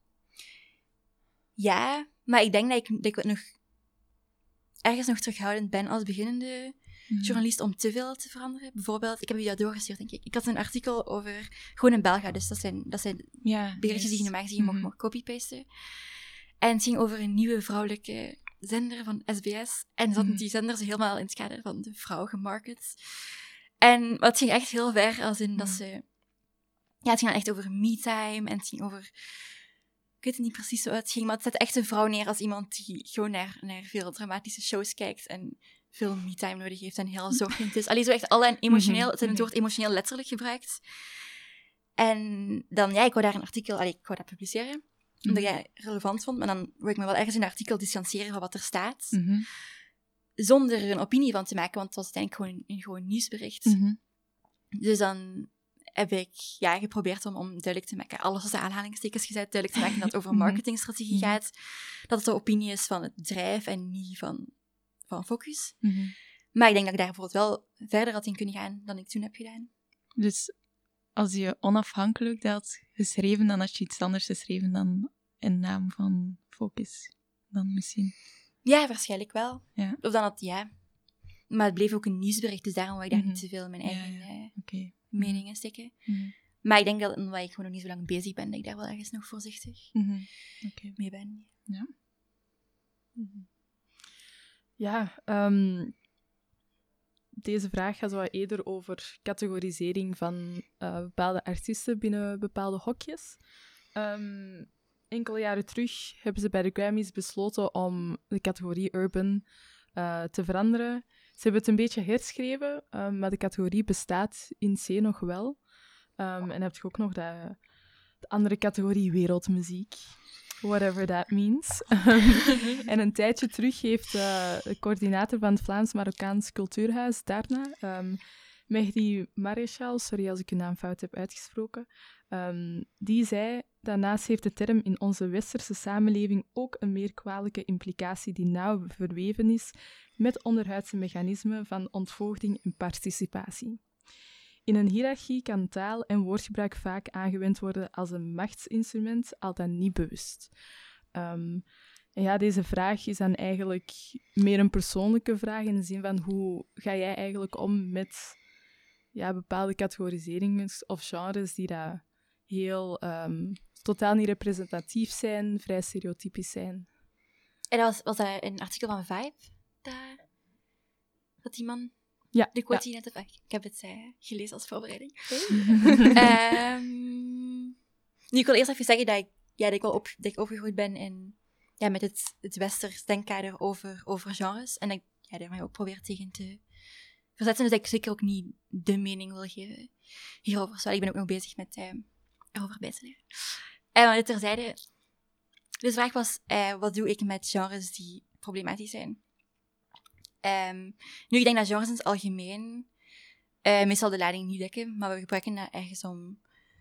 Ja, maar ik denk dat ik, dat ik nog ergens nog terughoudend ben als beginnende mm-hmm. journalist om te veel te veranderen. Bijvoorbeeld, ik heb je dat doorgestuurd, denk ik. Ik had een artikel over... Gewoon in Belga, dus dat zijn, dat zijn ja, berichtjes yes. die je normaal gezien mm-hmm. mag copy-pasten. En het ging over een nieuwe vrouwelijke zender van S B S. En ze hadden mm-hmm. die zender helemaal in het kader van de vrouw gemarket. En het ging echt heel ver, als in mm-hmm. dat ze... Ja, het ging dan echt over me-time en het ging over... Ik weet het niet precies zo uit het ging, maar het zet echt een vrouw neer als iemand die gewoon naar, naar veel dramatische shows kijkt en veel me-time nodig heeft en heel zorgend is. Allee, zo echt alle emotioneel, mm-hmm. het is het woord emotioneel letterlijk gebruikt. En dan, ja, ik wou daar een artikel, allee, ik wou dat publiceren, mm-hmm. omdat jij relevant vond, maar dan wil ik me wel ergens in een artikel distancieren van wat er staat, mm-hmm. zonder er een opinie van te maken, want het was uiteindelijk gewoon een gewoon nieuwsbericht. Mm-hmm. Dus dan heb ik ja, geprobeerd om, om duidelijk te maken, alles als de aanhalingstekens gezet, duidelijk te maken dat het over marketingstrategie mm-hmm. gaat, dat het de opinie is van het bedrijf en niet van, van focus. Mm-hmm. Maar ik denk dat ik daar bijvoorbeeld wel verder had in kunnen gaan dan ik toen heb gedaan. Dus als je onafhankelijk dat had geschreven, dan had je iets anders geschreven dan in naam van focus. Dan misschien. Ja, waarschijnlijk wel. Ja. Of dan had, ja. Maar het bleef ook een nieuwsbericht, dus daarom wou ik daar mm-hmm. niet te veel mijn eigen ja, ja. uh, okay. meningen steken. Mm-hmm. Maar ik denk dat, omdat ik gewoon nog niet zo lang bezig ben, dat ik daar wel ergens nog voorzichtig mm-hmm. okay. mee ben. Ja. Mm-hmm. Ja, um, deze vraag gaat zo wat eerder over categorisering van uh, bepaalde artiesten binnen bepaalde hokjes. Um, enkele jaren terug hebben ze bij de Grammys besloten om de categorie urban uh, te veranderen. Ze hebben het een beetje herschreven, um, maar de categorie bestaat in C nog wel. Um, en dan heb je ook nog de, de andere categorie wereldmuziek. Whatever that means. En een tijdje terug heeft uh, de coördinator van het Vlaams-Marokkaans Cultuurhuis, Darna, um, Mehdi Maréchal, sorry als ik uw naam fout heb uitgesproken, um, die zei, daarnaast heeft de term in onze westerse samenleving ook een meer kwalijke implicatie die nauw verweven is met onderhuidse mechanismen van ontvoogding en participatie. In een hiërarchie kan taal en woordgebruik vaak aangewend worden als een machtsinstrument, al dan niet bewust. Um, en ja, deze vraag is dan eigenlijk meer een persoonlijke vraag in de zin van hoe ga jij eigenlijk om met ja, bepaalde categoriseringen of genres die dat heel um, totaal niet representatief zijn, vrij stereotypisch zijn. En dat was, was dat een artikel van Vibe? Dat, dat die man... Ja. De quote ja. die net heb... Ik heb het uh, gelezen als voorbereiding. Hey. um, nu, ik wil eerst even zeggen dat ik, ja, dat ik wel op, dat ik opgegroeid ben in, ja, met het, het westers denkkader over, over genres. En dat ik ja, daar mij ook probeer tegen te verzetten. Dus dat ik zeker ook niet de mening wil geven hierover. Zo, ik ben ook nog bezig met uh, erover bij te leren. En uh, terzijde... Dus de vraag was, uh, wat doe ik met genres die problematisch zijn? Um, nu, ik denk dat genres in het algemeen uh, meestal de lading niet dekken, maar we gebruiken dat ergens om,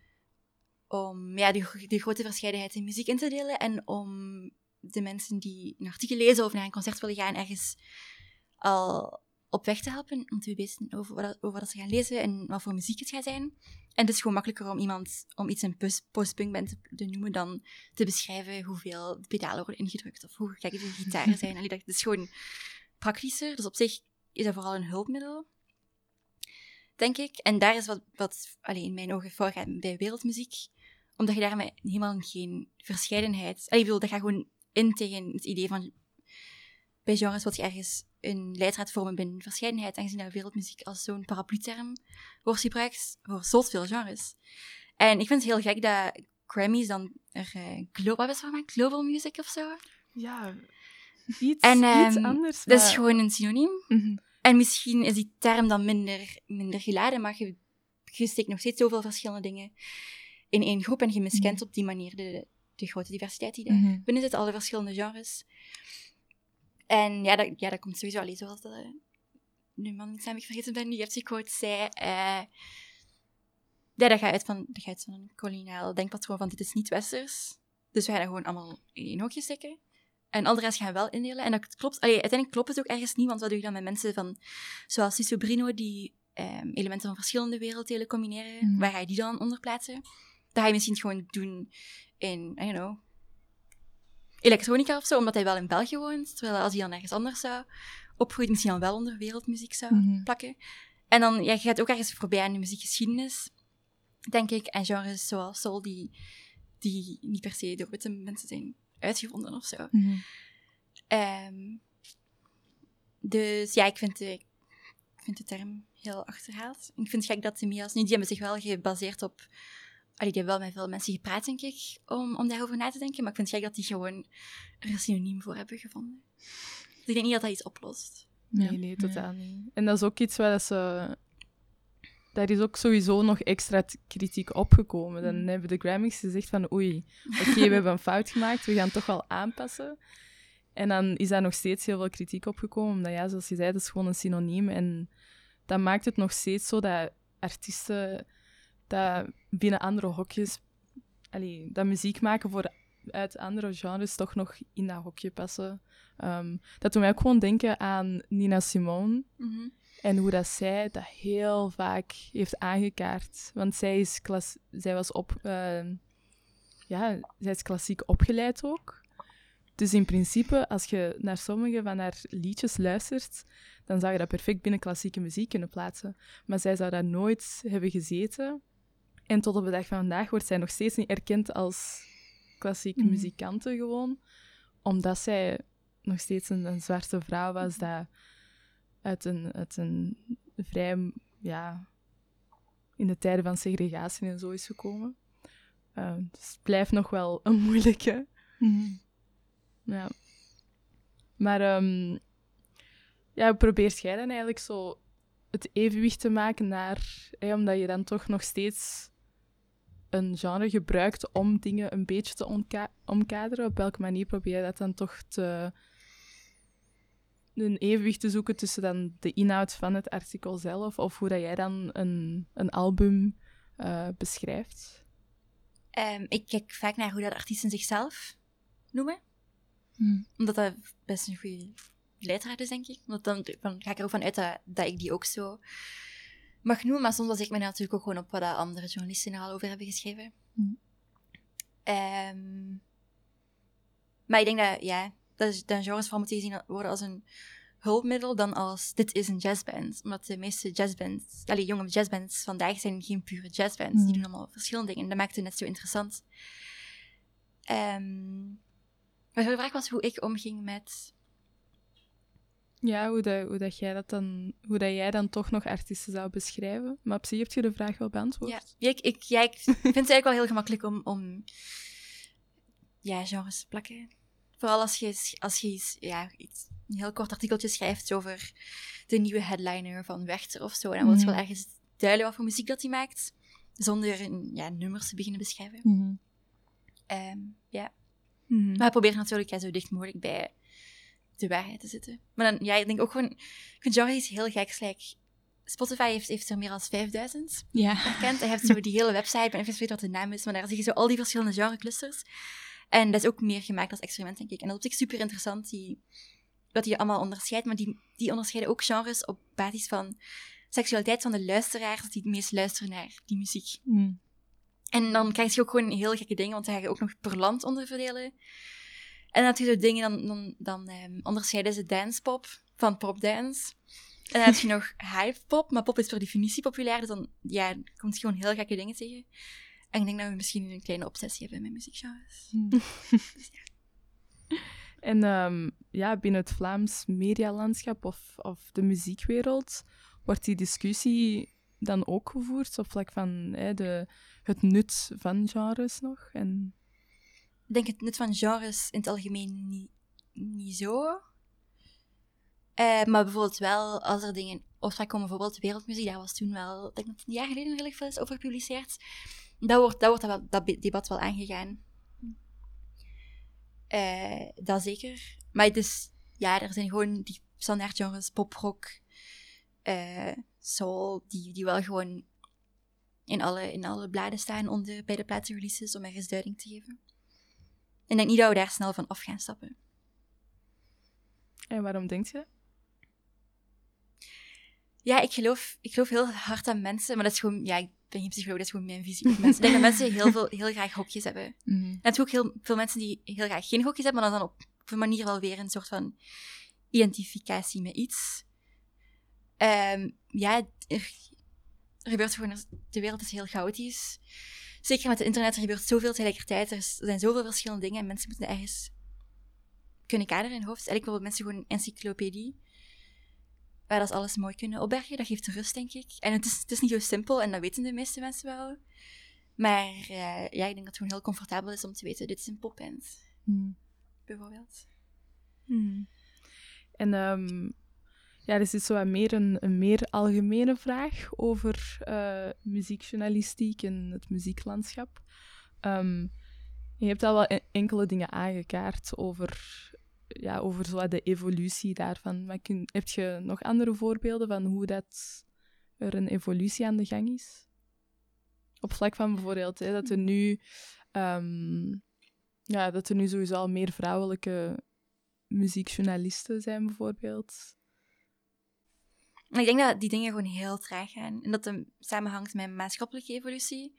om ja, de, de grote verscheidenheid in muziek in te delen en om de mensen die een artikel lezen of naar een concert willen gaan ergens al op weg te helpen, om te weten over wat, over wat ze gaan lezen en wat voor muziek het gaat zijn. En het is gewoon makkelijker om iemand om iets een post-punkband te, te noemen dan te beschrijven hoeveel pedalen worden ingedrukt of hoe gek de gitaren zijn. Allee, dat is gewoon praktischer. Dus op zich is dat vooral een hulpmiddel, denk ik. En daar is wat, wat allee, in mijn ogen fout gaat bij wereldmuziek, omdat je daarmee helemaal geen verscheidenheid... Allee, ik bedoel, dat gaat gewoon in tegen het idee van bij genres wat je ergens een leidraad vormen binnen verscheidenheid, aangezien dat wereldmuziek als zo'n paraplu-term wordt gebruikt voor zoveel genres. En ik vind het heel gek dat Grammys dan er uh, global is van gemaakt, global music of zo. Ja, iets, en, um, iets anders. Dat maar... is gewoon een synoniem. Mm-hmm. En misschien is die term dan minder, minder geladen, maar je, je steekt nog steeds zoveel verschillende dingen in één groep en je miskent mm-hmm. op die manier de, de grote diversiteit die daar mm-hmm. binnen zit, alle verschillende genres. En ja, dat, ja, dat komt sowieso alleen zoals dat... Uh, nu man, niet naam ik vergeten ben, die heeft zich quote zei... Uh, ja, dat gaat uit van, dat gaat uit van een koloniaal denkpatroon van dit is niet westers. Dus we gaan dat gewoon allemaal in één hokje steken. En al de rest gaan we wel indelen. En dat klopt... Allee, uiteindelijk klopt het ook ergens niet, want wat doe je dan met mensen van... Zoals Ciccio Brino, die um, elementen van verschillende werelddelen combineren. Mm. Waar ga je die dan onder plaatsen? Dat ga je misschien gewoon doen in, I don't know... elektronica of zo, omdat hij wel in België woont. Terwijl als hij dan ergens anders zou opgroeien, misschien dan wel onder wereldmuziek zou mm-hmm. plakken. En dan, ja, je gaat ook ergens voorbij aan de muziekgeschiedenis, denk ik. En genres zoals soul, die, die niet per se door witte mensen zijn uitgevonden of zo. Mm-hmm. Um, dus ja, ik vind, de, ik vind de term heel achterhaald. Ik vind het gek dat de Mia's, nu, die hebben zich wel gebaseerd op... Allee, die hebben wel met veel mensen gepraat, denk ik, om, om daarover na te denken. Maar ik vind het gek dat die gewoon er een synoniem voor hebben gevonden. Dus ik denk niet dat dat iets oplost. Nee, nee, nee totaal nee. niet. En dat is ook iets waar ze... Daar is ook sowieso nog extra t- kritiek opgekomen. Dan mm. hebben de Grammys gezegd van oei, oké, okay, we hebben een fout gemaakt, we gaan het toch wel aanpassen. En dan is daar nog steeds heel veel kritiek opgekomen, omdat ja, zoals je zei, dat is gewoon een synoniem. En dat maakt het nog steeds zo dat artiesten... dat binnen andere hokjes, allee, dat muziek maken voor uit andere genres toch nog in dat hokje passen. Um, dat doet mij ook gewoon denken aan Nina Simone mm-hmm. en hoe dat zij dat heel vaak heeft aangekaart. Want zij, is klas- zij was op, uh, ja, zij is klassiek opgeleid ook. Dus in principe, als je naar sommige van haar liedjes luistert, dan zou je dat perfect binnen klassieke muziek kunnen plaatsen. Maar zij zou daar nooit hebben gezeten. En tot op de dag van vandaag wordt zij nog steeds niet erkend als klassieke mm. muzikante gewoon. Omdat zij nog steeds een, een zwarte vrouw was dat uit een, uit een vrij... Ja, in de tijden van segregatie en zo is gekomen. Uh, dus het blijft nog wel een moeilijke. Mm. Ja. Maar um, ja, hoe probeert jij dan eigenlijk zo het evenwicht te maken naar... Hey, omdat je dan toch nog steeds een genre gebruikt om dingen een beetje te omka- omkaderen. Op welke manier probeer je dat dan toch te... een evenwicht te zoeken tussen dan de inhoud van het artikel zelf of hoe dat jij dan een, een album uh, beschrijft? Um, ik kijk vaak naar hoe dat artiesten zichzelf noemen. Hmm. Omdat dat best een goede leidraad is, denk ik. Want dan, dan ga ik er ook van uit dat, dat ik die ook zo mag noemen. Maar soms baseer ik me natuurlijk ook gewoon op wat dat andere journalisten er al over hebben geschreven. Hmm. Um, maar ik denk dat, ja, dat, dat genres vooral moet gezien worden als een hulpmiddel dan als dit is een jazzband. Omdat de meeste jazzbands, allee, jonge jazzbands vandaag zijn geen pure jazzbands. Mm. Die doen allemaal verschillende dingen. Dat maakt het net zo interessant. Um, maar de vraag was hoe ik omging met... Ja, hoe, dat, hoe, dat jij dat dan, hoe dat jij dan toch nog artiesten zou beschrijven. Maar op zich heb je de vraag wel beantwoord. Ja, ja, ik, ik, ja, ik vind het eigenlijk wel heel gemakkelijk om, om ja, genres te plakken. Vooral als je, als je ja, iets, een heel kort artikeltje schrijft over de nieuwe headliner van Werchter of zo. En dan wil je wel ergens duidelijk wat voor muziek dat hij maakt, zonder ja, nummers te beginnen beschrijven. Mm-hmm. Um, ja. Mm-hmm. Maar ik probeer natuurlijk ja, zo dicht mogelijk bij de waarheid te zitten. Maar dan, ja, ik denk ook gewoon, een genre is heel gek. Like, Spotify heeft, heeft er meer dan vijfduizend Ja. herkend. Hij heeft zo die hele website, ik ben even vergeten wat de naam is, maar daar zie je zo al die verschillende genreclusters. En dat is ook meer gemaakt als experiment, denk ik. En dat is op zich super interessant, die, wat die allemaal onderscheidt. Maar die, die onderscheiden ook genres op basis van seksualiteit van de luisteraars die het meest luisteren naar die muziek. Mm. En dan krijg je ook gewoon heel gekke dingen, want dan ga je ook nog per land onderverdelen. En dan heb je zo dingen, dan, dan, dan um, onderscheiden ze dancepop van popdance. En dan heb je nog hypepop, maar pop is per definitie populair, dus dan ja, kom je gewoon heel gekke dingen tegen. En ik denk dat we misschien een kleine obsessie hebben met muziekgenres. Mm. Dus, ja. En um, ja, binnen het Vlaams medialandschap of, of de muziekwereld wordt die discussie dan ook gevoerd op vlak van hè, de, het nut van genres nog? En... Ik denk het nut van genres in het algemeen niet, niet zo. Uh, maar bijvoorbeeld wel, als er dingen opspraak komen, bijvoorbeeld wereldmuziek, daar was toen wel, ik denk dat het een jaar geleden redelijk veel is over gepubliceerd. Dat wordt dat, wordt dat, dat debat wel aangegaan. Uh, dat zeker. Maar het is, ja, er zijn gewoon die standaard genres, poprock, uh, soul, die, die wel gewoon in alle, in alle bladen staan onder, bij de platenreleases, om ergens duiding te geven. En ik denk niet dat we daar snel van af gaan stappen. En waarom denk je? Ja, ik geloof, ik geloof heel hard aan mensen, maar dat is gewoon, ja, ik ben geen psycholoog, dat is gewoon mijn visie op mensen. Ik denk dat mensen heel, veel, heel graag hokjes hebben. Mm-hmm. En natuurlijk ook heel veel mensen die heel graag geen hokjes hebben, maar dan op, op een manier wel weer een soort van identificatie met iets. Um, ja, er, er gebeurt gewoon, de wereld is heel chaotisch. Zeker met het internet, er gebeurt zoveel tegelijkertijd, er zijn zoveel verschillende dingen en mensen moeten ergens kunnen kaderen in hun hoofd. Eigenlijk willen mensen gewoon een encyclopedie, waar dat ze alles mooi kunnen opbergen. Dat geeft rust, denk ik. En het is, het is niet zo simpel, en dat weten de meeste mensen wel. Maar uh, ja, ik denk dat het gewoon heel comfortabel is om te weten, dit is een popband. Mm. Bijvoorbeeld. Hmm. En um, ja, er is dus zo wat meer een, een meer algemene vraag over uh, muziekjournalistiek en het muzieklandschap. Um, je hebt al wel enkele dingen aangekaart over, ja, over zo de evolutie daarvan. Maar kun, heb je nog andere voorbeelden van hoe dat er een evolutie aan de gang is? Op vlak van bijvoorbeeld hè, dat er nu um, ja, dat er nu sowieso al meer vrouwelijke muziekjournalisten zijn, bijvoorbeeld. Ik denk dat die dingen gewoon heel traag gaan. En dat het samenhangt met maatschappelijke evolutie.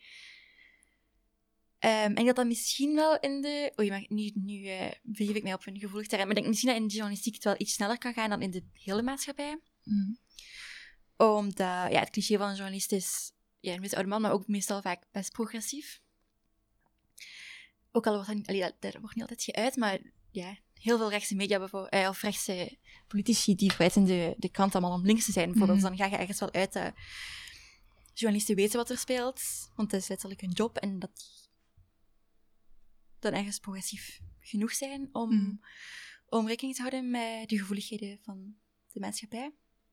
Um, en dat dat misschien wel in de... Oei, maar nu, nu uh, begeef ik mij op een gevoelig terrein. Maar ik denk misschien dat in de journalistiek het wel iets sneller kan gaan dan in de hele maatschappij. Mm. Omdat, ja, het cliché van een journalist is... Ja, een oude man, maar ook meestal vaak best progressief. Ook al wordt dat niet, allee, dat, dat wordt niet altijd geuit, maar ja, heel veel rechtse media bijvoorbeeld, eh, of rechtse politici die verwijten de, de krant allemaal om links te zijn, bijvoorbeeld. Mm. Dus dan ga je ergens wel uit dat journalisten weten wat er speelt, want dat is letterlijk hun job en dat die dan ergens progressief genoeg zijn om, mm. om rekening te houden met de gevoeligheden van de maatschappij.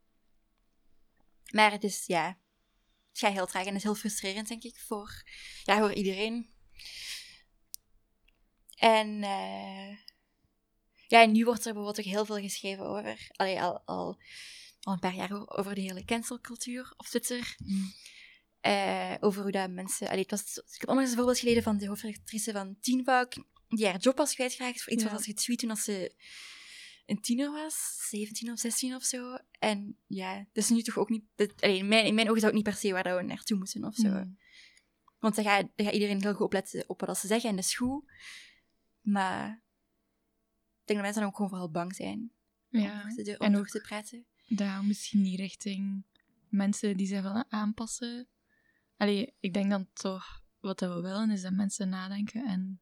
Maar het is, ja, het gaat heel traag en het is heel frustrerend, denk ik, voor, ja, voor iedereen. En uh, Ja, en nu wordt er bijvoorbeeld ook heel veel geschreven over, allee, al, al, al een paar jaar over de hele cancelcultuur op Twitter. Mm. Uh, over hoe dat mensen... Allee, het was, ik heb onlangs een voorbeeld gelezen van de hoofdredactrice van Teen Vogue, die haar job was kwijtgeraakt voor iets Ja. wat ze getweet toen als ze een tiener was, zeventien of zestien of zo. En ja, dat is nu toch ook niet... Dat, allee, in, mijn, in mijn ogen is dat ook niet per se waar dat we naartoe moeten of zo. Mm. Want dan gaat, dan gaat iedereen heel goed opletten op wat ze zeggen en dat is goed. Maar ik denk dat mensen dan ook gewoon vooral bang zijn Ja, om, te, om en nog ook te praten. daar misschien niet richting mensen die zich willen aanpassen. Allee, ik denk dan toch, wat dat we willen, is dat mensen nadenken en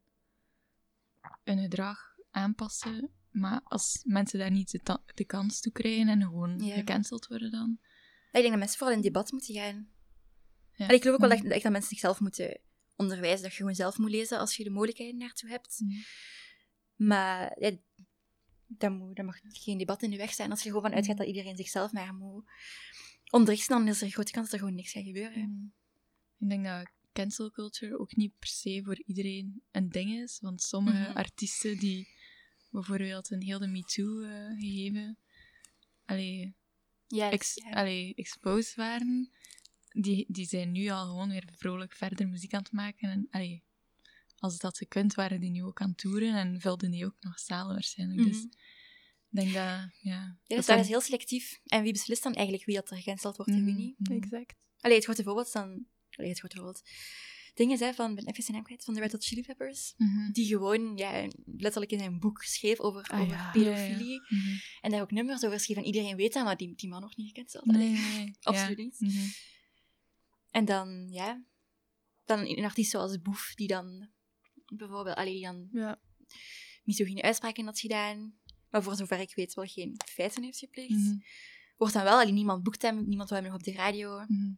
hun gedrag aanpassen. Maar als mensen daar niet de, ta- de kans toe krijgen en gewoon Ja. gecanceld worden dan... Ik denk dat mensen vooral in debat moeten gaan. Ja. En ik geloof ook wel Mm. dat, echt dat mensen zichzelf moeten onderwijzen, dat je gewoon zelf moet lezen als je de mogelijkheden daartoe hebt. Mm. Maar ja, dan, moet, dan mag geen debat in de weg zijn. Als je er gewoon van uitgaat dat iedereen zichzelf maar moet onderrichten, dan is er een grote kans dat er gewoon niks gaat gebeuren. Mm. Ik denk dat cancel culture ook niet per se voor iedereen een ding is. Want sommige Mhm. artiesten die bijvoorbeeld een heel de MeToo-gegeven allee, Ja, ex, ja. allee, exposed waren, die, die zijn nu al gewoon weer vrolijk verder muziek aan het maken. En allee, als dat ze kunt, waren die nu ook aan het toeren en vulden die ook nog zalen waarschijnlijk. Dus Mhm. ik denk dat, ja... Ja, dat dus dat dan- is heel selectief. En wie beslist dan eigenlijk wie dat er gecanceld wordt en wie Mhm, niet? mhm. Exact. Allee, het grote voorbeeld is dan... Allee, het grote voorbeeld. Dingen zijn van... Ik ben even zijn naam kwijt. Van de Red Hot Chili Peppers. Mhm. Die gewoon, ja, letterlijk in een boek schreef over, Ah, over ja. pedofilie. Ja, ja. Mhm. En daar ook nummers over schreef. En iedereen weet dat, maar die, die man nog niet gecanceld. Nee, Allee, nee, nee. absoluut Ja. niet. Mhm. En dan, ja... Dan een artiest zoals Boef, die dan... Bijvoorbeeld, allee, die dan Ja. misogyne uitspraken had gedaan. Maar voor zover ik weet wel geen feiten heeft gepleegd. Mhm. Wordt dan wel, allee, niemand boekt hem, niemand wil hem nog op de radio. Mhm.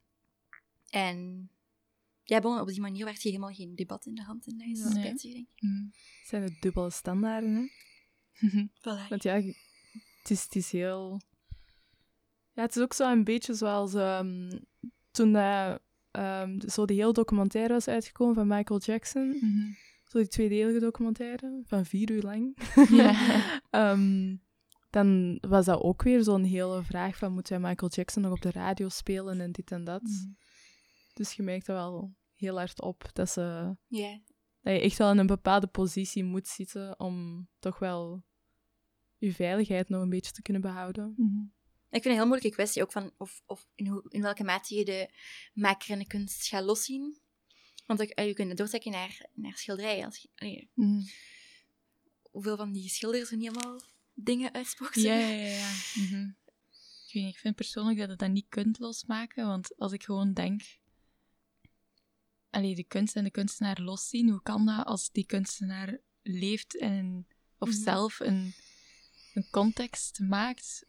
En ja, bon, op die manier werd hier helemaal geen debat in de hand. En dat is Ja. spijtig, denk ik. Mhm. Het zijn de dubbele standaarden, hè? Voilà. Want ja, het is, het is heel... Ja, het is ook zo een beetje zoals ehm, toen dat, ehm, zo die hele documentaire was uitgekomen van Michael Jackson. Mhm. Zo die tweedelige documentaire, van vier uur lang. Ja. Ehm, dan was dat ook weer zo'n hele vraag van, moet jij Michael Jackson nog op de radio spelen en dit en dat. Mhm. Dus je merkt dat wel heel hard op, dat, ze, Ja. dat je echt wel in een bepaalde positie moet zitten om toch wel je veiligheid nog een beetje te kunnen behouden. Mhm. Ik vind het een heel moeilijke kwestie ook van of, of in, hoe, in welke mate je de maker en de kunst gaat loszien. Want ook, eh, je kunt het doortrekken naar, naar schilderijen. Als, je- allee, Mhm. hoeveel van die schilders er niet allemaal dingen uitspoken? Ja, ja, ja. ja. Mhm. Ik weet niet, ik vind persoonlijk dat je dat niet kunt losmaken, want als ik gewoon denk... Allee, de kunst en de kunstenaar loszien, hoe kan dat als die kunstenaar leeft en of Mhm. zelf een, een context maakt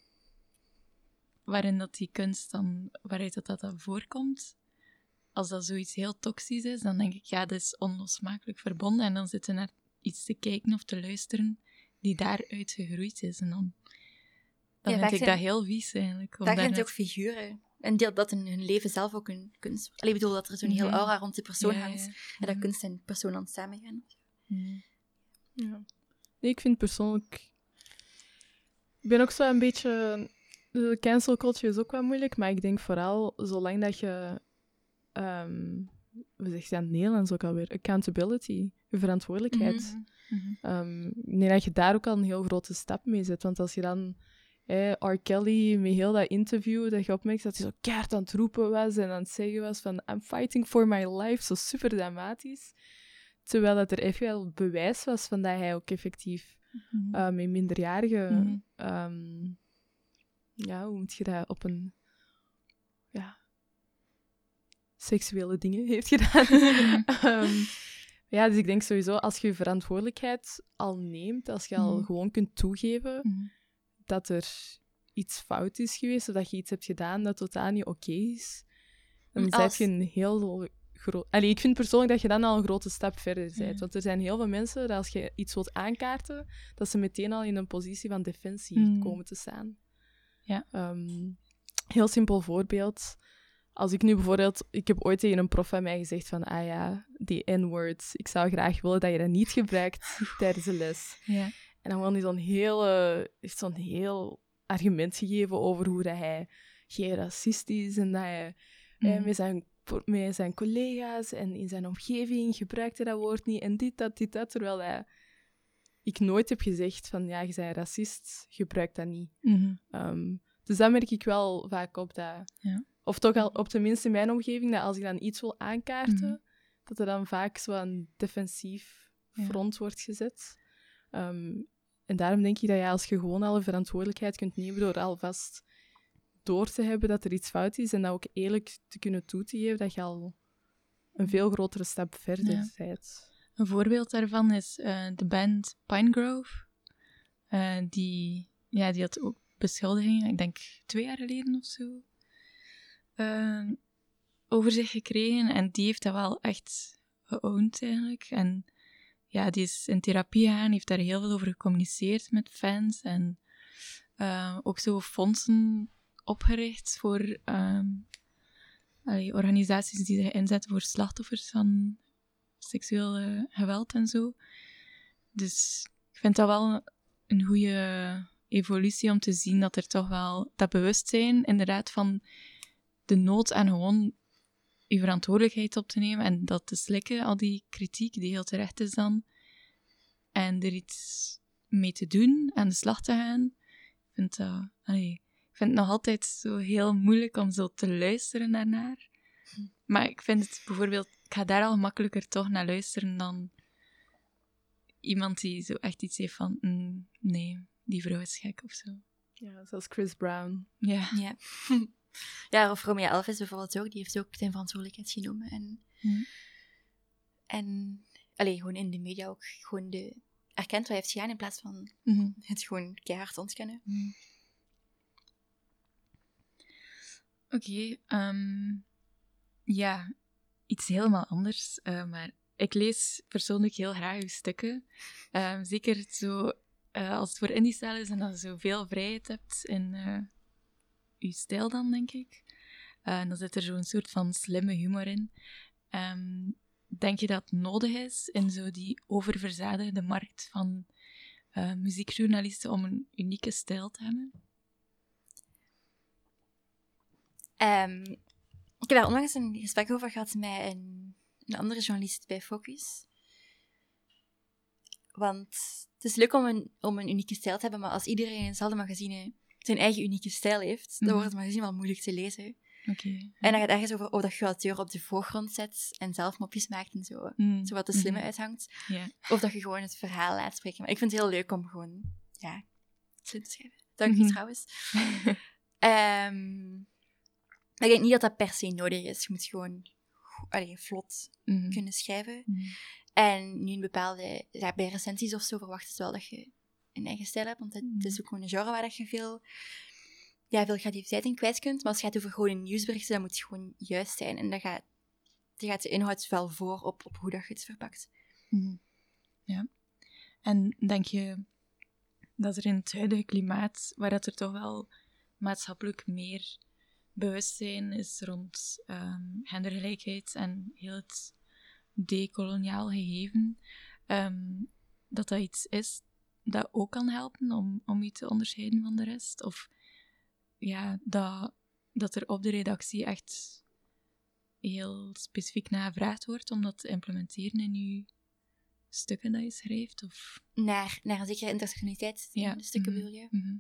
waarin dat die kunst dan, waaruit dat, dat dan voorkomt? Als dat zoiets heel toxisch is, dan denk ik, ja, dat is onlosmakelijk verbonden en dan zitten naar iets te kijken of te luisteren die daaruit gegroeid is. En dan, dan Ja, vaak vind ik zijn- dat heel vies eigenlijk. om Vaak daar zijn het net- ook figuren. En deel dat in hun leven zelf ook een kunst wordt. Allee, ik bedoel dat er zo'n heel Mhm. aura rond de persoon Ja, hangt. ja. En dat Mhm. kunst en persoon aan het samengaan. Mhm. Ja. Nee, ik vind persoonlijk... Ik ben ook zo een beetje... De cancel culture is ook wel moeilijk, maar ik denk vooral, zolang dat je... ehm we zeggen dat in het Nederlands ook alweer? Accountability. Je verantwoordelijkheid. Mhm. Mhm. Ehm, ik denk dat je daar ook al een heel grote stap mee zet. Want als je dan... eh, R. Kelly, met heel dat interview, dat je opmerkt dat hij zo keihard aan het roepen was en aan het zeggen was van I'm fighting for my life, zo super dramatisch. Terwijl dat er echt wel bewijs was van dat hij ook effectief Mhm. uh, met minderjarigen... Mhm. ehm, ja, hoe moet je dat op een... Ja... seksuele dingen heeft gedaan. Ehm, ja, dus ik denk sowieso, als je je verantwoordelijkheid al neemt, als je al Mhm. gewoon kunt toegeven Mhm. dat er iets fout is geweest, of dat je iets hebt gedaan dat totaal niet oké is, dan Als- zet je een heel groot... Allee, ik vind persoonlijk dat je dan al een grote stap verder bent. Ja. Want er zijn heel veel mensen dat als je iets wilt aankaarten, dat ze meteen al in een positie van defensie Mhm. komen te staan. Ja. Ehm, heel simpel voorbeeld. Als ik nu bijvoorbeeld... Ik heb ooit tegen een prof van mij gezegd van, ah ja, die N-words, ik zou graag willen dat je dat niet gebruikt tijdens de les. Ja. En dan wil hij zo'n heel, uh, heeft zo'n heel argument gegeven over hoe dat hij geen racist is en dat hij mm. uh, met, zijn, met zijn collega's en in zijn omgeving gebruikte dat woord niet en dit, dat, dit, dat, terwijl hij, ik nooit heb gezegd van ja, je bent racist, gebruik dat niet. Mm-hmm. Um, dus dat merk ik wel vaak op dat... Ja. Of toch al op tenminste in mijn omgeving, dat als ik dan iets wil aankaarten, mm-hmm. dat er dan vaak zo'n defensief front ja. wordt gezet. Um, en daarom denk ik dat je als je gewoon al een verantwoordelijkheid kunt nemen door alvast door te hebben dat er iets fout is en dat ook eerlijk te kunnen toe te geven dat je al een veel grotere stap verder ja. bent. Een voorbeeld daarvan is uh, de band Pinegrove. Uh, die, ja, die had ook beschuldigingen, ik denk twee jaar geleden of zo, uh, over zich gekregen. En die heeft dat wel echt geowned eigenlijk. En ja, die is in therapie gegaan, heeft daar heel veel over gecommuniceerd met fans. En uh, ook zo fondsen opgericht voor um, allee, organisaties die zich inzetten voor slachtoffers van seksueel uh, geweld en zo. Dus ik vind dat wel een goede evolutie om te zien dat er toch wel dat bewustzijn inderdaad van de nood aan gewoon je verantwoordelijkheid op te nemen en dat te slikken, al die kritiek die heel terecht is dan, en er iets mee te doen, aan de slag te gaan. Ik vind, dat, allee, ik vind het nog altijd zo heel moeilijk om zo te luisteren daarnaar. Maar ik vind het bijvoorbeeld, ik ga daar al makkelijker toch naar luisteren dan iemand die zo echt iets heeft van, mm, nee, die vrouw is gek of zo. Ja, zoals Chris Brown. Ja. Ja. Ja, of Romeo Elvis bijvoorbeeld ook, die heeft ook zijn verantwoordelijkheid genomen. En, hmm. en allee, gewoon in de media ook gewoon de, erkent wat hij heeft gedaan in plaats van mm-hmm. het gewoon keihard ontkennen. Hmm. Oké, okay, um, ja, iets helemaal anders, uh, maar ik lees persoonlijk heel graag uw stukken. Um, zeker zo, uh, als het voor indie-stijl is en dat je zo veel vrijheid hebt in uh, uw stijl dan, denk ik. Uh, en dan zit er zo'n soort van slimme humor in. Um, denk je dat het nodig is in zo die oververzadigde markt van uh, muziekjournalisten om een unieke stijl te hebben? Um, ik heb daar onlangs een gesprek over gehad met een, een andere journalist bij Focus. Want het is leuk om een, om een unieke stijl te hebben, maar als iedereen in hetzelfde magazine zijn eigen unieke stijl heeft, mm-hmm. dan wordt het magazine wel moeilijk te lezen. Okay, ja. En dan gaat het ergens over oh, dat je auteur op de voorgrond zet en zelf mopjes maakt en zo, mm. zo wat de slimme mm-hmm. uithangt. Yeah. Of dat je gewoon het verhaal laat spreken. Maar ik vind het heel leuk om gewoon, ja, slim te schrijven. Dank je mm-hmm. trouwens. um, ik denk niet dat dat per se nodig is. Je moet gewoon allee, vlot mm-hmm. kunnen schrijven. Mm-hmm. En nu in bepaalde, ja, bij recensies of zo verwacht het wel dat je een eigen stijl hebt, want het, mm-hmm. het is ook gewoon een genre waar dat je veel, ja, veel creativiteit in kwijt kunt. Maar als het gaat over gewoon een nieuwsberichten, dan moet het gewoon juist zijn. En dan gaat, dan gaat de inhoud wel voor op, op hoe dat je het verpakt. Mm-hmm. Ja. En denk je dat er in het huidige klimaat, waar dat er toch wel maatschappelijk meer bewustzijn is rond um, gendergelijkheid en heel het decoloniaal gegeven, um, dat dat iets is dat ook kan helpen om, om je te onderscheiden van de rest? Of ja, dat, dat er op de redactie echt heel specifiek naar gevraagd wordt om dat te implementeren in je stukken dat je schrijft? Of... Naar, naar een zekere intersectionaliteit in ja. de stukken mm-hmm. wil je. Mm-hmm.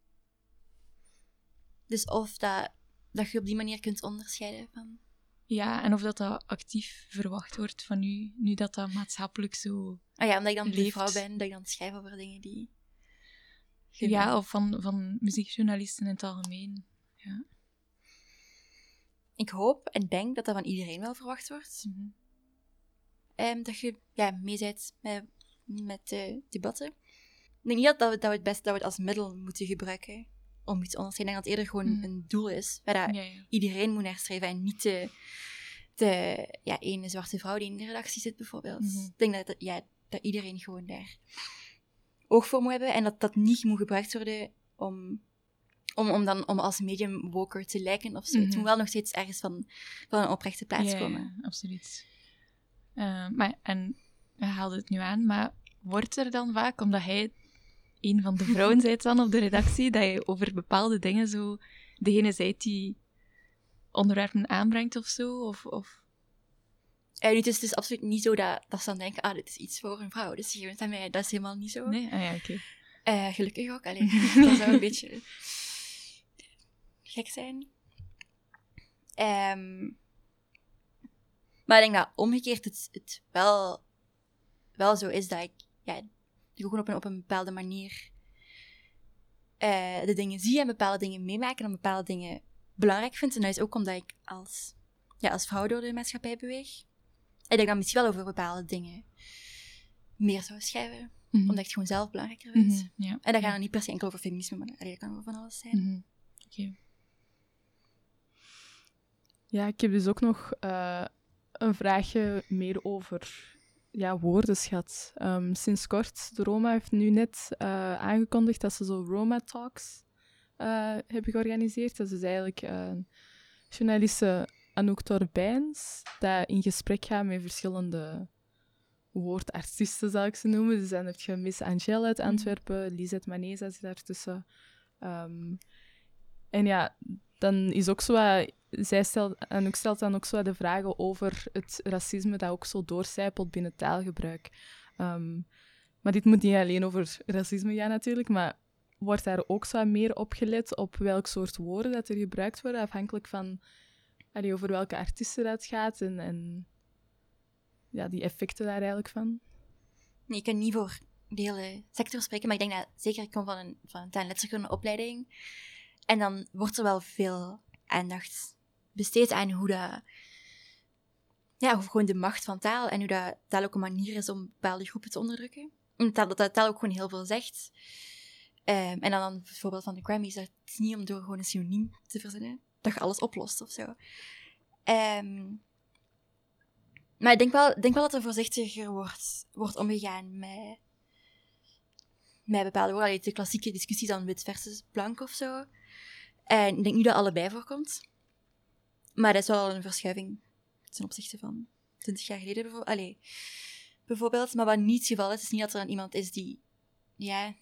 Dus of dat, dat je op die manier kunt onderscheiden van... Ja, en of dat, dat actief verwacht wordt van u, nu dat dat maatschappelijk zo Ah ja, omdat ik dan leeft. de vrouw ben, dat ik dan schrijf over dingen die... Ja, of van, van muziekjournalisten in het algemeen. Ja. Ik hoop en denk dat dat van iedereen wel verwacht wordt. Mm-hmm. Um, dat je ja, mee bent met, met uh, debatten. Ik denk niet dat, dat, we, dat we het best dat we het als middel moeten gebruiken om iets te onderscheiden. Ik denk dat het eerder gewoon mm. een doel is, waar dat ja, ja. iedereen moet naar streven en niet de, de ja, ene zwarte vrouw die in de redactie zit, bijvoorbeeld. Mm-hmm. Ik denk dat, ja, dat iedereen gewoon daar oog voor moet hebben en dat dat niet moet gebruikt worden om, om, om, dan, om als medium woker te lijken of zo. Mm-hmm. Het moet wel nog steeds ergens van, van een oprechte plaats ja, komen. Ja, absoluut. Uh, maar, en hij haalde het nu aan, maar wordt er dan vaak, omdat hij een van de vrouwen zei dan op de redactie, dat je over bepaalde dingen zo degene zijt die onderwerpen aanbrengt of zo? Of, of... En het is dus absoluut niet zo dat, dat ze dan denken, ah, dit is iets voor een vrouw, dus geef het aan mij. Dat is helemaal niet zo. Nee? Ah ja, oké. Okay. Uh, gelukkig ook. Allee, dat zou een beetje gek zijn. Um, maar ik denk dat omgekeerd het, het wel, wel zo is dat ik, ja, gewoon op een, op een bepaalde manier uh, de dingen zie en bepaalde dingen meemaak en dan bepaalde dingen belangrijk vind. En dat is ook omdat ik als, ja, als vrouw door de maatschappij beweeg. En dat ik dan misschien wel over bepaalde dingen meer zou schrijven. Mm-hmm. Omdat ik het gewoon zelf belangrijker vind. Mm-hmm, ja. En dat gaat ja. dan niet per se enkel over feminisme, maar dat kan over van alles zijn. Mm-hmm. Okay. Ja, ik heb dus ook nog uh, een vraagje meer over ja, woordenschat. Um, sinds kort, de Roma heeft nu net uh, aangekondigd dat ze zo Roma Talks uh, hebben georganiseerd. Dat is dus eigenlijk uh, journaliste Anouk Torbijns, die in gesprek gaat met verschillende woordartiesten, zal ik ze noemen. Dus dan heb je Miss Angel uit Antwerpen, Lisette Maneza zit daartussen. Um, en ja, dan is ook zo wat... Zij stelt, en ook stelt dan ook zo de vragen over het racisme dat ook zo doorcijpelt binnen taalgebruik. Um, maar dit moet niet alleen over racisme gaan natuurlijk, maar wordt daar ook zo meer op gelet op welk soort woorden dat er gebruikt worden, afhankelijk van allee, over welke artiesten dat gaat en, en ja, die effecten daar eigenlijk van? Nee, ik kan niet voor de hele sector spreken, maar ik denk dat zeker ik kom van een, van een taal- en letterkunde opleiding en dan wordt er wel veel aandacht besteed aan hoe dat... Ja, of gewoon de macht van taal en hoe dat taal ook een manier is om bepaalde groepen te onderdrukken. En dat, dat taal ook gewoon heel veel zegt. Um, en dan, dan bijvoorbeeld van de Grammys, dat is niet om door gewoon een synoniem te verzinnen, dat je alles oplost of zo. Um, maar ik denk wel, denk wel dat er voorzichtiger wordt, wordt omgegaan met, met bepaalde woorden. Allee, de klassieke discussie dan wit versus blank of zo. En ik denk niet dat allebei voorkomt. Maar dat is wel een verschuiving ten opzichte van twintig jaar geleden bijvoorbeeld. Allee, bijvoorbeeld. Maar wat niet het geval is, is niet dat er dan iemand is die, ja,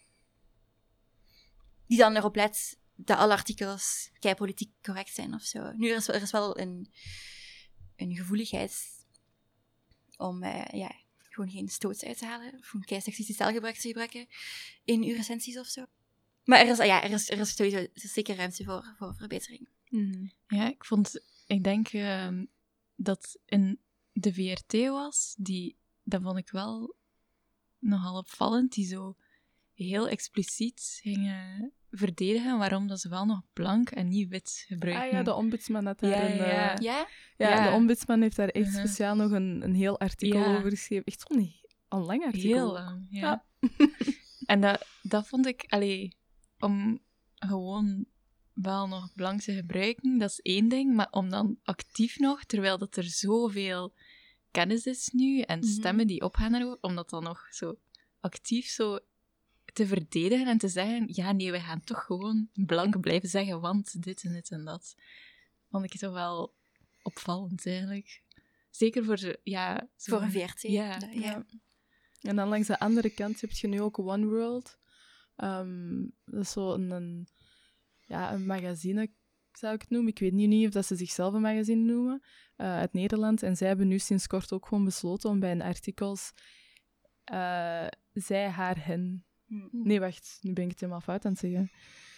die dan erop let dat alle artikels kei politiek correct zijn of zo. Nu, er is, er is wel een, een gevoeligheid om, uh, ja, gewoon geen stoots uit te halen. Of gewoon kei seksistische taalgebruik te gebruiken in uw recensies of zo. Maar er is, ja, er is, er is sowieso er is zeker ruimte voor, voor verbetering. Mm-hmm. Ja, ik vond... Ik denk uh, dat in de V R T was, die, dat vond ik wel nogal opvallend, die zo heel expliciet gingen verdedigen waarom dat ze wel nog blank en niet wit gebruiken. Ah ja, de ombudsman had daar ja, een... Uh, ja. Ja? Ja, Ja. de ombudsman heeft daar echt Uh-huh. speciaal nog een, een heel artikel Ja. over geschreven. Echt zo'n een lang artikel. Heel lang, ja. Ja. En dat, dat vond ik, allee, om gewoon wel nog blank te gebruiken, dat is één ding, maar om dan actief nog, terwijl dat er zoveel kennis is nu en Mhm. stemmen die opgaan daarover, om dat dan nog zo actief zo te verdedigen en te zeggen, ja, nee, we gaan toch gewoon blank blijven zeggen, want dit en dit en dat. Vond ik toch wel opvallend, eigenlijk. Zeker voor, zo- ja... Zo, Voor een V R T. Ja. Dat- Ja. ja. En dan langs de andere kant heb je nu ook One World. Um, dat is zo een, een, ja, een magazine, zou ik het noemen. Ik weet nu niet of dat ze zichzelf een magazine noemen, uh, uit Nederland. En zij hebben nu sinds kort ook gewoon besloten om bij hun artikels uh, zij, haar, hen... Hm. Nee, wacht. Nu ben ik het helemaal fout aan het zeggen.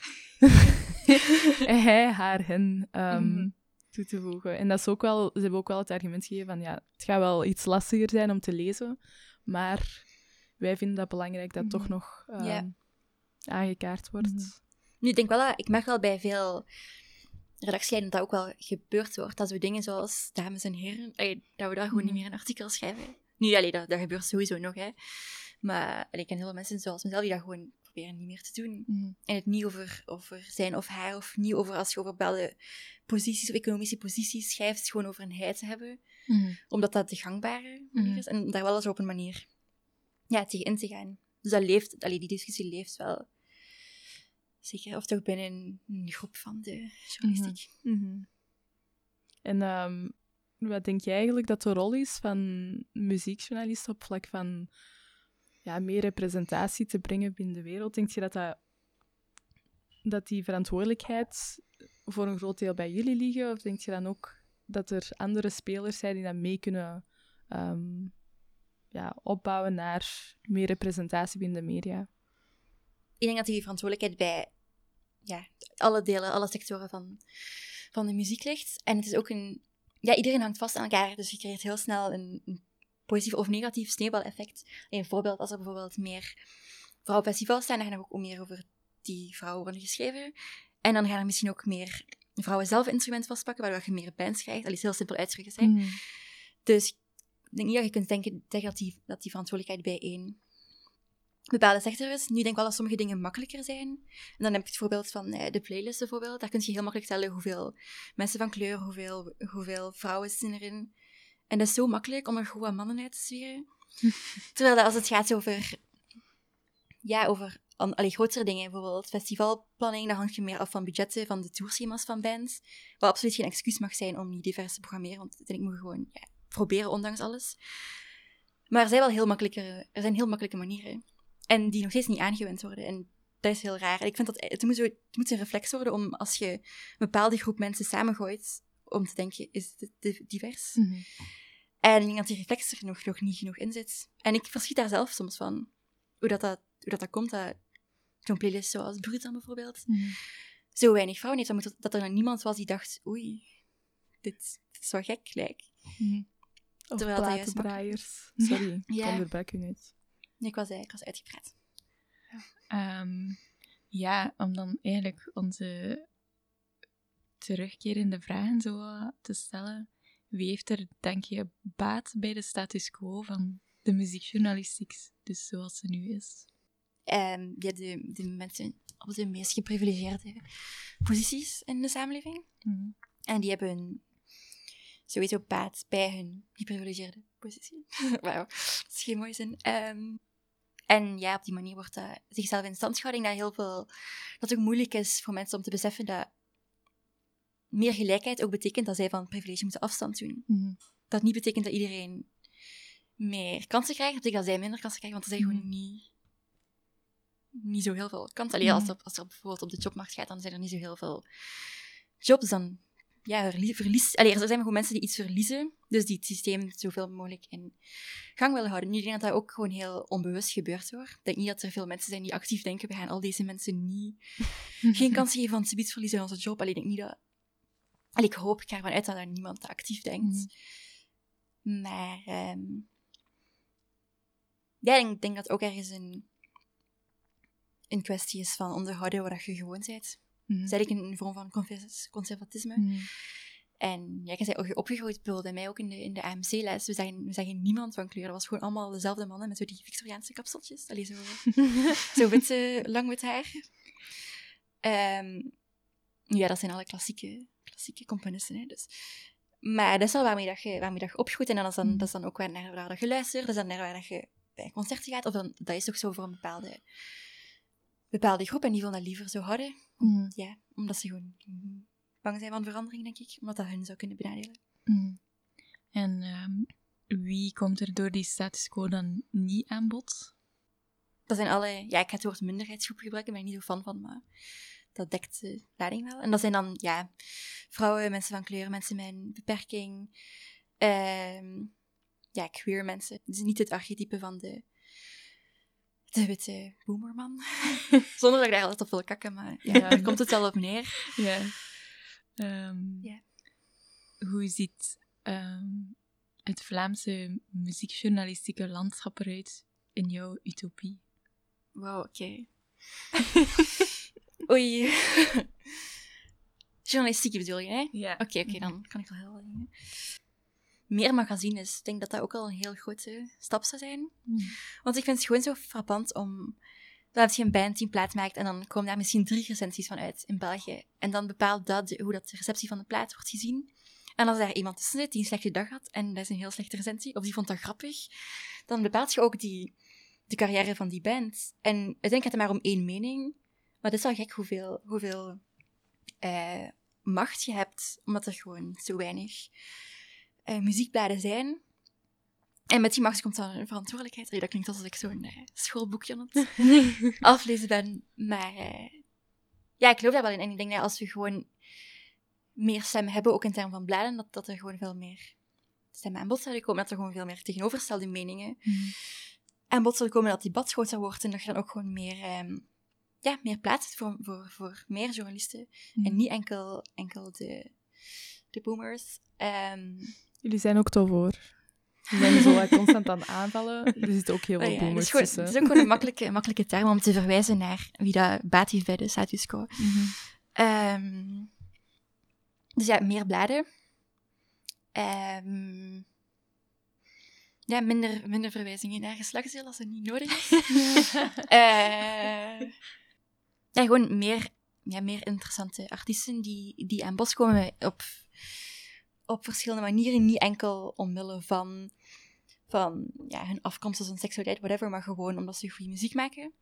Hij, haar, hen... Um, Mhm. toe te voegen. En dat is ook wel... Ze hebben ook wel het argument gegeven van, ja, het gaat wel iets lastiger zijn om te lezen, maar wij vinden dat belangrijk dat Mhm. toch nog um, Ja. aangekaart wordt. Mhm. Nu, ik denk wel dat... Ik merk wel bij veel redactieleidingen dat ook wel gebeurd wordt. Dat we dingen zoals, dames en heren, allee, dat we daar gewoon Mhm. niet meer een artikel schrijven. Nu, allee, dat, dat gebeurt sowieso nog, hè. Maar allee, ik ken heel veel mensen zoals mezelf die dat gewoon proberen niet meer te doen. Mhm. En het niet over, over zijn of haar, of niet over als je over bepaalde posities of economische posities schrijft, gewoon over een hij te hebben. Mhm. Omdat dat de gangbare manier Mhm. is. En daar wel eens op een manier ja, tegen in te gaan. Dus dat leeft, allee, die discussie leeft wel. Zeker, of toch binnen een groep van de journalistiek. Mhm. En um, wat denk jij eigenlijk dat de rol is van muziekjournalisten op vlak van ja, meer representatie te brengen binnen de wereld. Denk je dat, dat, dat die verantwoordelijkheid voor een groot deel bij jullie liggen? Of denk je dan ook dat er andere spelers zijn die dan mee kunnen um, ja, opbouwen naar meer representatie binnen de media? Ik denk dat die verantwoordelijkheid bij ja, alle delen, alle sectoren van, van de muziek ligt. En het is ook een... Ja, iedereen hangt vast aan elkaar, dus je creëert heel snel een, een positief of negatief sneeuwbaleffect. Een voorbeeld, als er bijvoorbeeld meer vrouwenfestivals zijn, dan gaan er ook meer over die vrouwen worden geschreven. En dan gaan er misschien ook meer vrouwen zelf een instrument vastpakken, waardoor je meer bands krijgt. Dat is heel simpel uitdrukken zijn. Mm. Dus ik denk niet dat je kunt denken, zeggen dat die, dat die verantwoordelijkheid bij één bepaalde sector is. Nu denk ik wel dat sommige dingen makkelijker zijn. En dan heb ik het voorbeeld van eh, de playlist bijvoorbeeld. Daar kun je heel makkelijk tellen hoeveel mensen van kleur, hoeveel, hoeveel vrouwen zitten erin. En dat is zo makkelijk om er goed wat mannen uit te zweren. Terwijl dat als het gaat over... Ja, over an, allee, grotere dingen. Bijvoorbeeld festivalplanning, dan hangt je meer af van budgetten, van de tourschema's van bands. Wat absoluut geen excuus mag zijn om niet divers te programmeren. Want uiteindelijk moet je gewoon ja, proberen, ondanks alles. Maar er zijn wel heel makkelijke, er zijn heel makkelijke manieren. En die nog steeds niet aangewend worden. En dat is heel raar. En ik vind dat het moet, zo, het moet een reflex worden om, als je een bepaalde groep mensen samengooit, om te denken, is dit divers? Mm-hmm. En ik denk dat die reflex er nog, nog niet genoeg in zit. En ik verschiet daar zelf soms van. Hoe dat, dat, hoe dat, dat komt, dat zo'n playlist zoals Brutan bijvoorbeeld, Mm-hmm. zo weinig vrouwen heeft, dat, dat er dan niemand was die dacht, oei, dit, dit is wel gek, lijkt. Mm-hmm. Of Terwijl dat juist platendraaiers. Sorry, Ja. ik onderbreek u niet. Nee, ik was, ik was uitgepraat. Um, ja, om dan eigenlijk onze terugkerende vragen zo te stellen. Wie heeft er, denk je, baat bij de status quo van de muziekjournalistiek, dus zoals ze nu is? Um, ja, de, de mensen op de meest geprivilegeerde posities in de samenleving. Mm-hmm. En die hebben een, sowieso baat bij hun geprivilegeerde positie. Wauw, dat is geen mooie zin. Um, En ja, op die manier wordt dat zichzelf in stand gehouden. Dat heel veel, dat het ook moeilijk is voor mensen om te beseffen dat meer gelijkheid ook betekent dat zij van privilege moeten afstand doen. Mm-hmm. Dat niet betekent dat iedereen meer kansen krijgt. Dat betekent dat zij minder kansen krijgen, want er zijn Mm-hmm. gewoon niet, niet zo heel veel kansen. Allee, als, er, als er bijvoorbeeld op de jobmarkt gaat, dan zijn er niet zo heel veel jobs. Dan ja, verlies... Allee, er zijn gewoon mensen die iets verliezen, dus die het systeem zoveel mogelijk in gang willen houden. Nu, ik denk dat dat ook gewoon heel onbewust gebeurt, hoor. Ik denk niet dat er veel mensen zijn die actief denken, we gaan al deze mensen niet... geen kans geven van subiet verliezen in onze job. Allee, ik denk niet dat... Allee, ik hoop, ik ga ervan uit dat er niemand actief denkt. Mm. Maar... Um... Ja, ik denk, denk dat het ook ergens een... een kwestie is van onderhouden waar je gewoon bent. Mm-hmm. Dat is eigenlijk een vorm van conservatisme. Mm-hmm. En ja, ik ben opgegroeid, bijvoorbeeld bij mij ook in de, in de A M C-les. We zagen, we zagen niemand van kleur. Dat was gewoon allemaal dezelfde mannen met zo die Victoriaanse kapseltjes. Allee, zo, zo wit, uh, lang wit haar. Um, ja, dat zijn alle klassieke, klassieke componisten. Hè, dus. Maar dat is wel waarmee, dat je, waarmee dat je opgroeit. En dan is dan, dat is dan ook waar naar waar dat je luistert. Dat is dan naar waar dat je bij concerten gaat. Of dan, dat is toch zo voor een bepaalde, bepaalde groep. En die willen dat liever zo houden. Mm-hmm. Ja, omdat ze gewoon bang zijn van verandering, denk ik. Omdat dat hun zou kunnen benadelen. Mm-hmm. En um, wie komt er door die status quo dan niet aan bod? Dat zijn alle... Ja, ik ga het woord minderheidsgroepen gebruiken, daar ben ik niet zo fan van, maar dat dekt de lading wel. En dat zijn dan, ja, vrouwen, mensen van kleur, mensen met een beperking, um, ja, queer mensen. Dus niet het archetype van de, de witte boomerman. Zonder dat ik daar altijd op wil kakken, maar ja, Ja. daar komt het wel op neer. Ja. Um, Ja. Hoe ziet um, het Vlaamse muziekjournalistieke landschap eruit in jouw utopie? Wauw, oké. Oei. Journalistiek bedoel je, hè? Ja. Oké, oké, dan kan ik wel heel wat dingen. Meer magazines. Ik denk dat dat ook al een heel grote stap zou zijn. Mm. Want ik vind het gewoon zo frappant om... Dan heb je een band die een plaat maakt en dan komen daar misschien drie recensies van uit in België. En dan bepaalt dat de, hoe dat de receptie van de plaat wordt gezien. En als daar iemand tussen zit die een slechte dag had en dat is een heel slechte recensie, of die vond dat grappig, dan bepaalt je ook die, de carrière van die band. En uiteindelijk gaat het maar om één mening. Maar het is wel gek hoeveel, hoeveel uh, macht je hebt, omdat er gewoon zo weinig uh, muziekbladen zijn. En met die macht komt dan een verantwoordelijkheid. Allee, dat klinkt alsof ik zo'n uh, schoolboekje aan het aflezen ben. Maar uh, ja, ik geloof daar wel in. En ik denk dat als we gewoon meer stemmen hebben, ook in termen van bladen, dat, dat er gewoon veel meer stemmen aan bod zouden komen. Dat er gewoon veel meer tegenovergestelde meningen mm. aan bod zouden komen. Dat het debat groter wordt en dat je dan ook gewoon meer, um, ja, meer plaats hebt voor, voor, voor meer journalisten. Mm. En niet enkel, enkel de, de boomers. Um, Jullie zijn ook tof hoor. We zijn zo constant aan aanvallen. Er zitten ook heel veel oh ja, boomers het is, tussen. het is ook gewoon een makkelijke, makkelijke term om te verwijzen naar wie dat baat heeft bij de status quo. Mm-hmm. Um, dus ja, meer bladen. Um, ja, minder, minder verwijzingen naar geslachtsdeel als het niet nodig is. uh, ja, gewoon meer, ja, meer interessante artiesten die, die aan bod komen op, op verschillende manieren. Niet enkel omwille van, van ja, hun afkomst of hun seksualiteit, whatever, maar gewoon omdat ze goede muziek maken.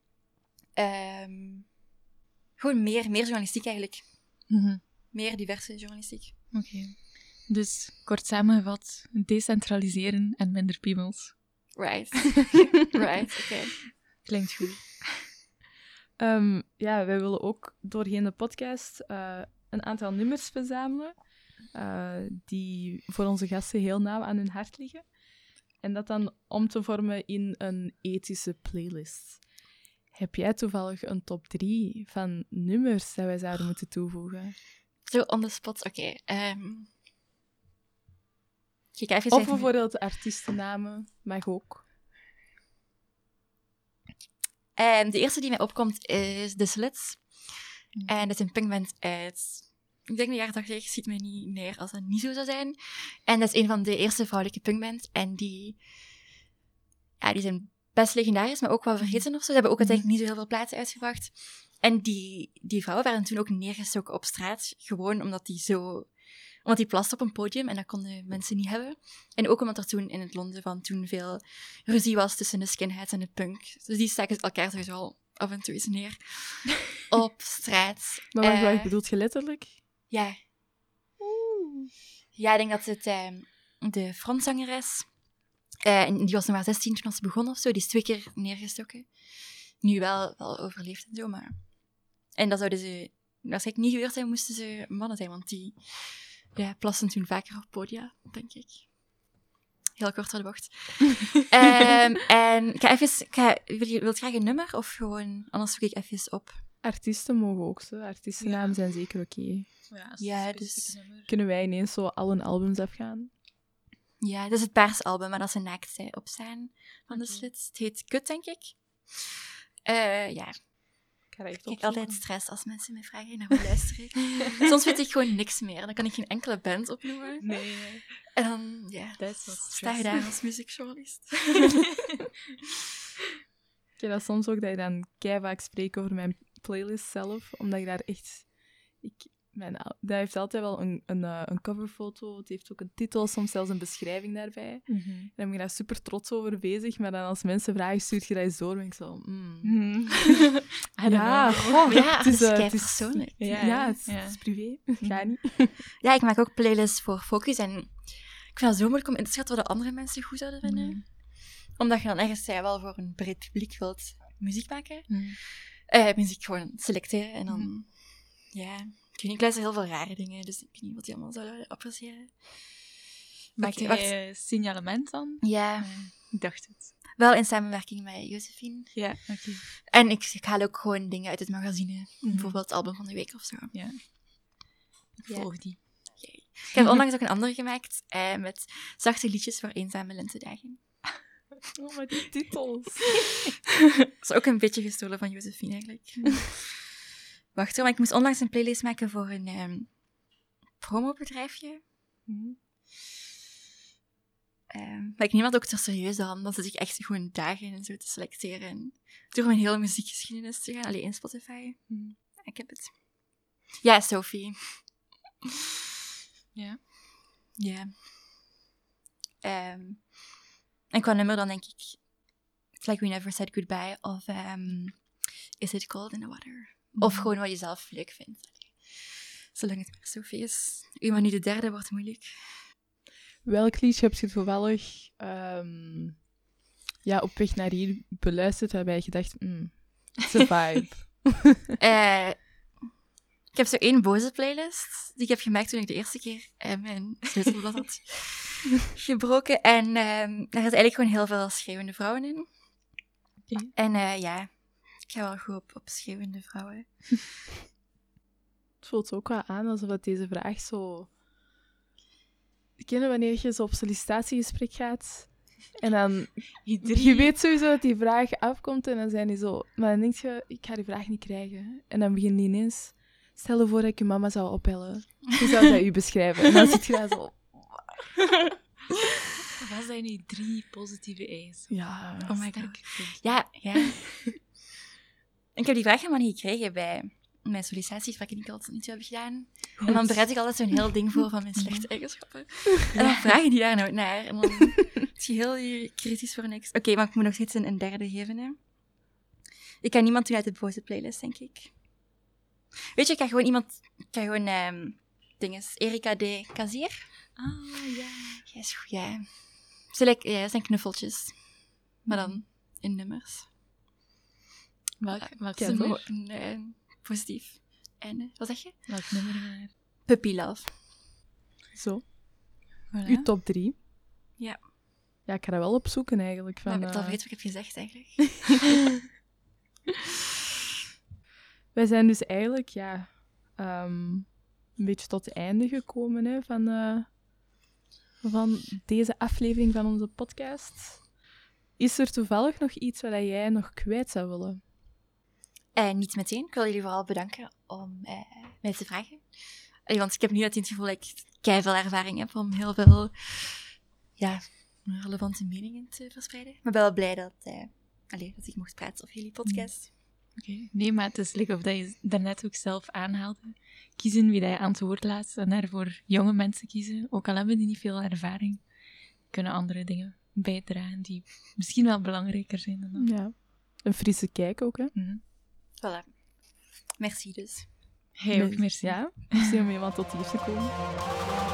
Um, gewoon meer, meer journalistiek eigenlijk. Mm-hmm. Meer diverse journalistiek. Oké. Okay. Dus, kort samengevat, decentraliseren en minder piemels. Right. Right, oké. Okay. Klinkt goed. Um, ja, wij willen ook doorheen de podcast uh, een aantal nummers verzamelen uh, die voor onze gasten heel nauw aan hun hart liggen. En dat dan om te vormen in een ethische playlist. Heb jij toevallig een top drie van nummers dat wij zouden moeten toevoegen? Zo on the spot, oké. Okay. Um... Of bijvoorbeeld de artiestennamen, mag ook. Um, de eerste die mij opkomt is The Slits. Mm. En dat is een punkband uit... Ik denk de jaren tachtig, ziet mij niet neer als dat niet zo zou zijn. En dat is een van de eerste vrouwelijke punkbands. En die... Ja, die zijn best legendarisch, maar ook wel vergeten of zo. Ze hebben ook uiteindelijk niet zo heel veel platen uitgebracht. En die, die vrouwen werden toen ook neergestoken op straat. Gewoon omdat die zo... Omdat die plast op een podium en dat konden mensen niet hebben. En ook omdat er toen in het Londen van toen veel ruzie was tussen de skinheads en de punk. Dus die staken elkaar sowieso al af en toe eens neer op straat. Maar wat, uh, wat bedoelt je letterlijk? Ja. Oeh. Ja, ik denk dat het uh, de frontzangeres... Uh, en die was nog maar zestien toen ze begon of zo. Die is twee keer neergestoken. Nu wel, wel overleefd en zo, maar... En dat zouden ze waarschijnlijk niet gebeurd zijn, moesten ze mannen zijn, want die... Ja, plassen toen vaker op podia, denk ik. Heel kort door de bocht. um, en ik ga even... Ik ga, wil je wilt graag een nummer? Of gewoon... Anders zoek ik even op. Artiesten mogen ook zo. Artiestennamen ja. zijn zeker oké. Okay. Ja, ja dus... Nummer. Kunnen wij ineens zo al hun albums afgaan? Ja, dat is het Paars album, maar dat ze naakt op zijn van de Slits. Het heet Kut, denk ik. Uh, ja... Ik krijg altijd stress als mensen me vragen naar hoe luister ik. Soms weet ik gewoon niks meer. Dan kan ik geen enkele band opnoemen. Nee, nee. En dan, ja, sta je daar als muziekjournalist. Ik heb dat soms ook dat je dan keivaak spreekt over mijn playlist zelf, omdat ik daar echt... Ik, mijn, dat heeft altijd wel een, een, een coverfoto, het heeft ook een titel, soms zelfs een beschrijving daarbij. Mm-hmm. Dan ben ik daar super trots over bezig, maar dan als mensen vragen, stuurt je dat eens door, ben ik zo... Mm. Mm. ja, goh, ja, het is, uh, het is persoonlijk. Ja, ja, het is, ja. Het is privé. Ga niet. Ja, ik maak ook playlists voor Focus en ik vind het zo moeilijk om in te schatten wat de andere mensen goed zouden vinden. Mm. Omdat je dan ergens ja, wel voor een breed publiek wilt muziek maken. Mm. Uh, muziek gewoon selecteren en dan... Mm. Ja... Ik weet niet, ik luister heel veel rare dingen, dus ik weet niet wat die allemaal zouden appreciëren. Maak je okay, signalement dan? Ja. Uh, ik dacht het. Wel in samenwerking met Josephine. Ja, oké. Okay. En ik, ik haal ook gewoon dingen uit het magazine. Mm-hmm. Bijvoorbeeld het album van de week of zo. Ja. Ik volg ja. die. Okay. Ik heb onlangs ook een andere gemaakt uh, met zachte liedjes voor eenzame lentedagen. Oh, maar die titels. Dat is ook een beetje gestolen van Josephine eigenlijk. Wacht, maar ik moest onlangs een playlist maken voor een um, promobedrijfje. Mm. Um, maar ik neem dat ook te serieus aan, dat ze zich echt gewoon dagen en zo te selecteren. En door mijn hele muziekgeschiedenis te gaan, alleen in Spotify. Mm. Ik heb het. Ja, Sophie. Ja. Ja. Um, en qua nummer dan denk ik It's Like We Never Said Goodbye of um, Is It Cold in the Water? Of gewoon wat je zelf leuk vindt. Zolang het maar Sophie is. U maar nu de derde wordt moeilijk. Welk liedje heb je toevallig um, ja, op weg naar hier beluisterd waarbij je gedacht, mm, it's a vibe? uh, ik heb zo één boze playlist die ik heb gemaakt toen ik de eerste keer uh, mijn sleutelblad had gebroken. En uh, daar is eigenlijk gewoon heel veel schreeuwende vrouwen in. Okay. En uh, ja, ik ga wel goed op, op schreeuwende vrouwen. Het voelt ook wel aan alsof dat deze vraag zo... Kennen wanneer je zo op sollicitatiegesprek gaat en dan... Je weet sowieso dat die vraag afkomt en dan zijn die zo... Maar dan denk je, ik ga die vraag niet krijgen. En dan begin die ineens... Stel je voor dat ik je mama zou opbellen. Hoe zou zij u beschrijven? En dan zit je daar zo... Wat zijn nu drie positieve E's? Ja. Oh my god. Ja, ja. Ik heb die vraag helemaal niet gekregen bij mijn sollicitatiegesprek die ik altijd niet heb gedaan. En dan bereid ik altijd zo'n heel ding voor van mijn slechte eigenschappen. En dan vragen die daar nooit naar. En dan is je heel kritisch voor niks. Oké, okay, maar ik moet nog steeds een, een derde geven. Hè. Ik kan niemand doen uit de boze playlist, denk ik. Weet je, ik kan gewoon iemand... Ik kan gewoon... Um, dinges. Erika de Kazier. Ah, oh, ja. Jij is goed, ja. Ze ja, zijn knuffeltjes. Maar dan in nummers. Welk, welk ja, nummer? Een, uh, positief. En, uh, wat zeg je? Welk nummer maar? Puppy Love. Zo. Voilà. Uw top drie. Ja. Ja, ik ga er wel op zoeken eigenlijk. Van, nou, ik heb uh... al vergeten wat ik heb gezegd eigenlijk. Wij zijn dus eigenlijk, ja... Um, een beetje tot het einde gekomen hè, van, uh, van deze aflevering van onze podcast. Is er toevallig nog iets wat jij nog kwijt zou willen? Uh, niet meteen. Ik wil jullie vooral bedanken om uh, mij te vragen. Allee, want ik heb nu het gevoel dat ik keiveel ervaring heb om heel veel ja, relevante meningen te verspreiden. Maar ik ben wel blij dat, uh, allee, dat ik mocht praten op jullie podcast. Oké, okay. Nee, maar het is like of dat je daarnet ook zelf aanhaalde. Kiezen wie dat je aan het woord laat en daarvoor jonge mensen kiezen. Ook al hebben die niet veel ervaring, kunnen andere dingen bijdragen die misschien wel belangrijker zijn dan dat. Ja, een frisse kijk ook, hè. Mm-hmm. Voilà. Merci dus. Hey, ook merci. Ja, merci om iemand tot hier te komen.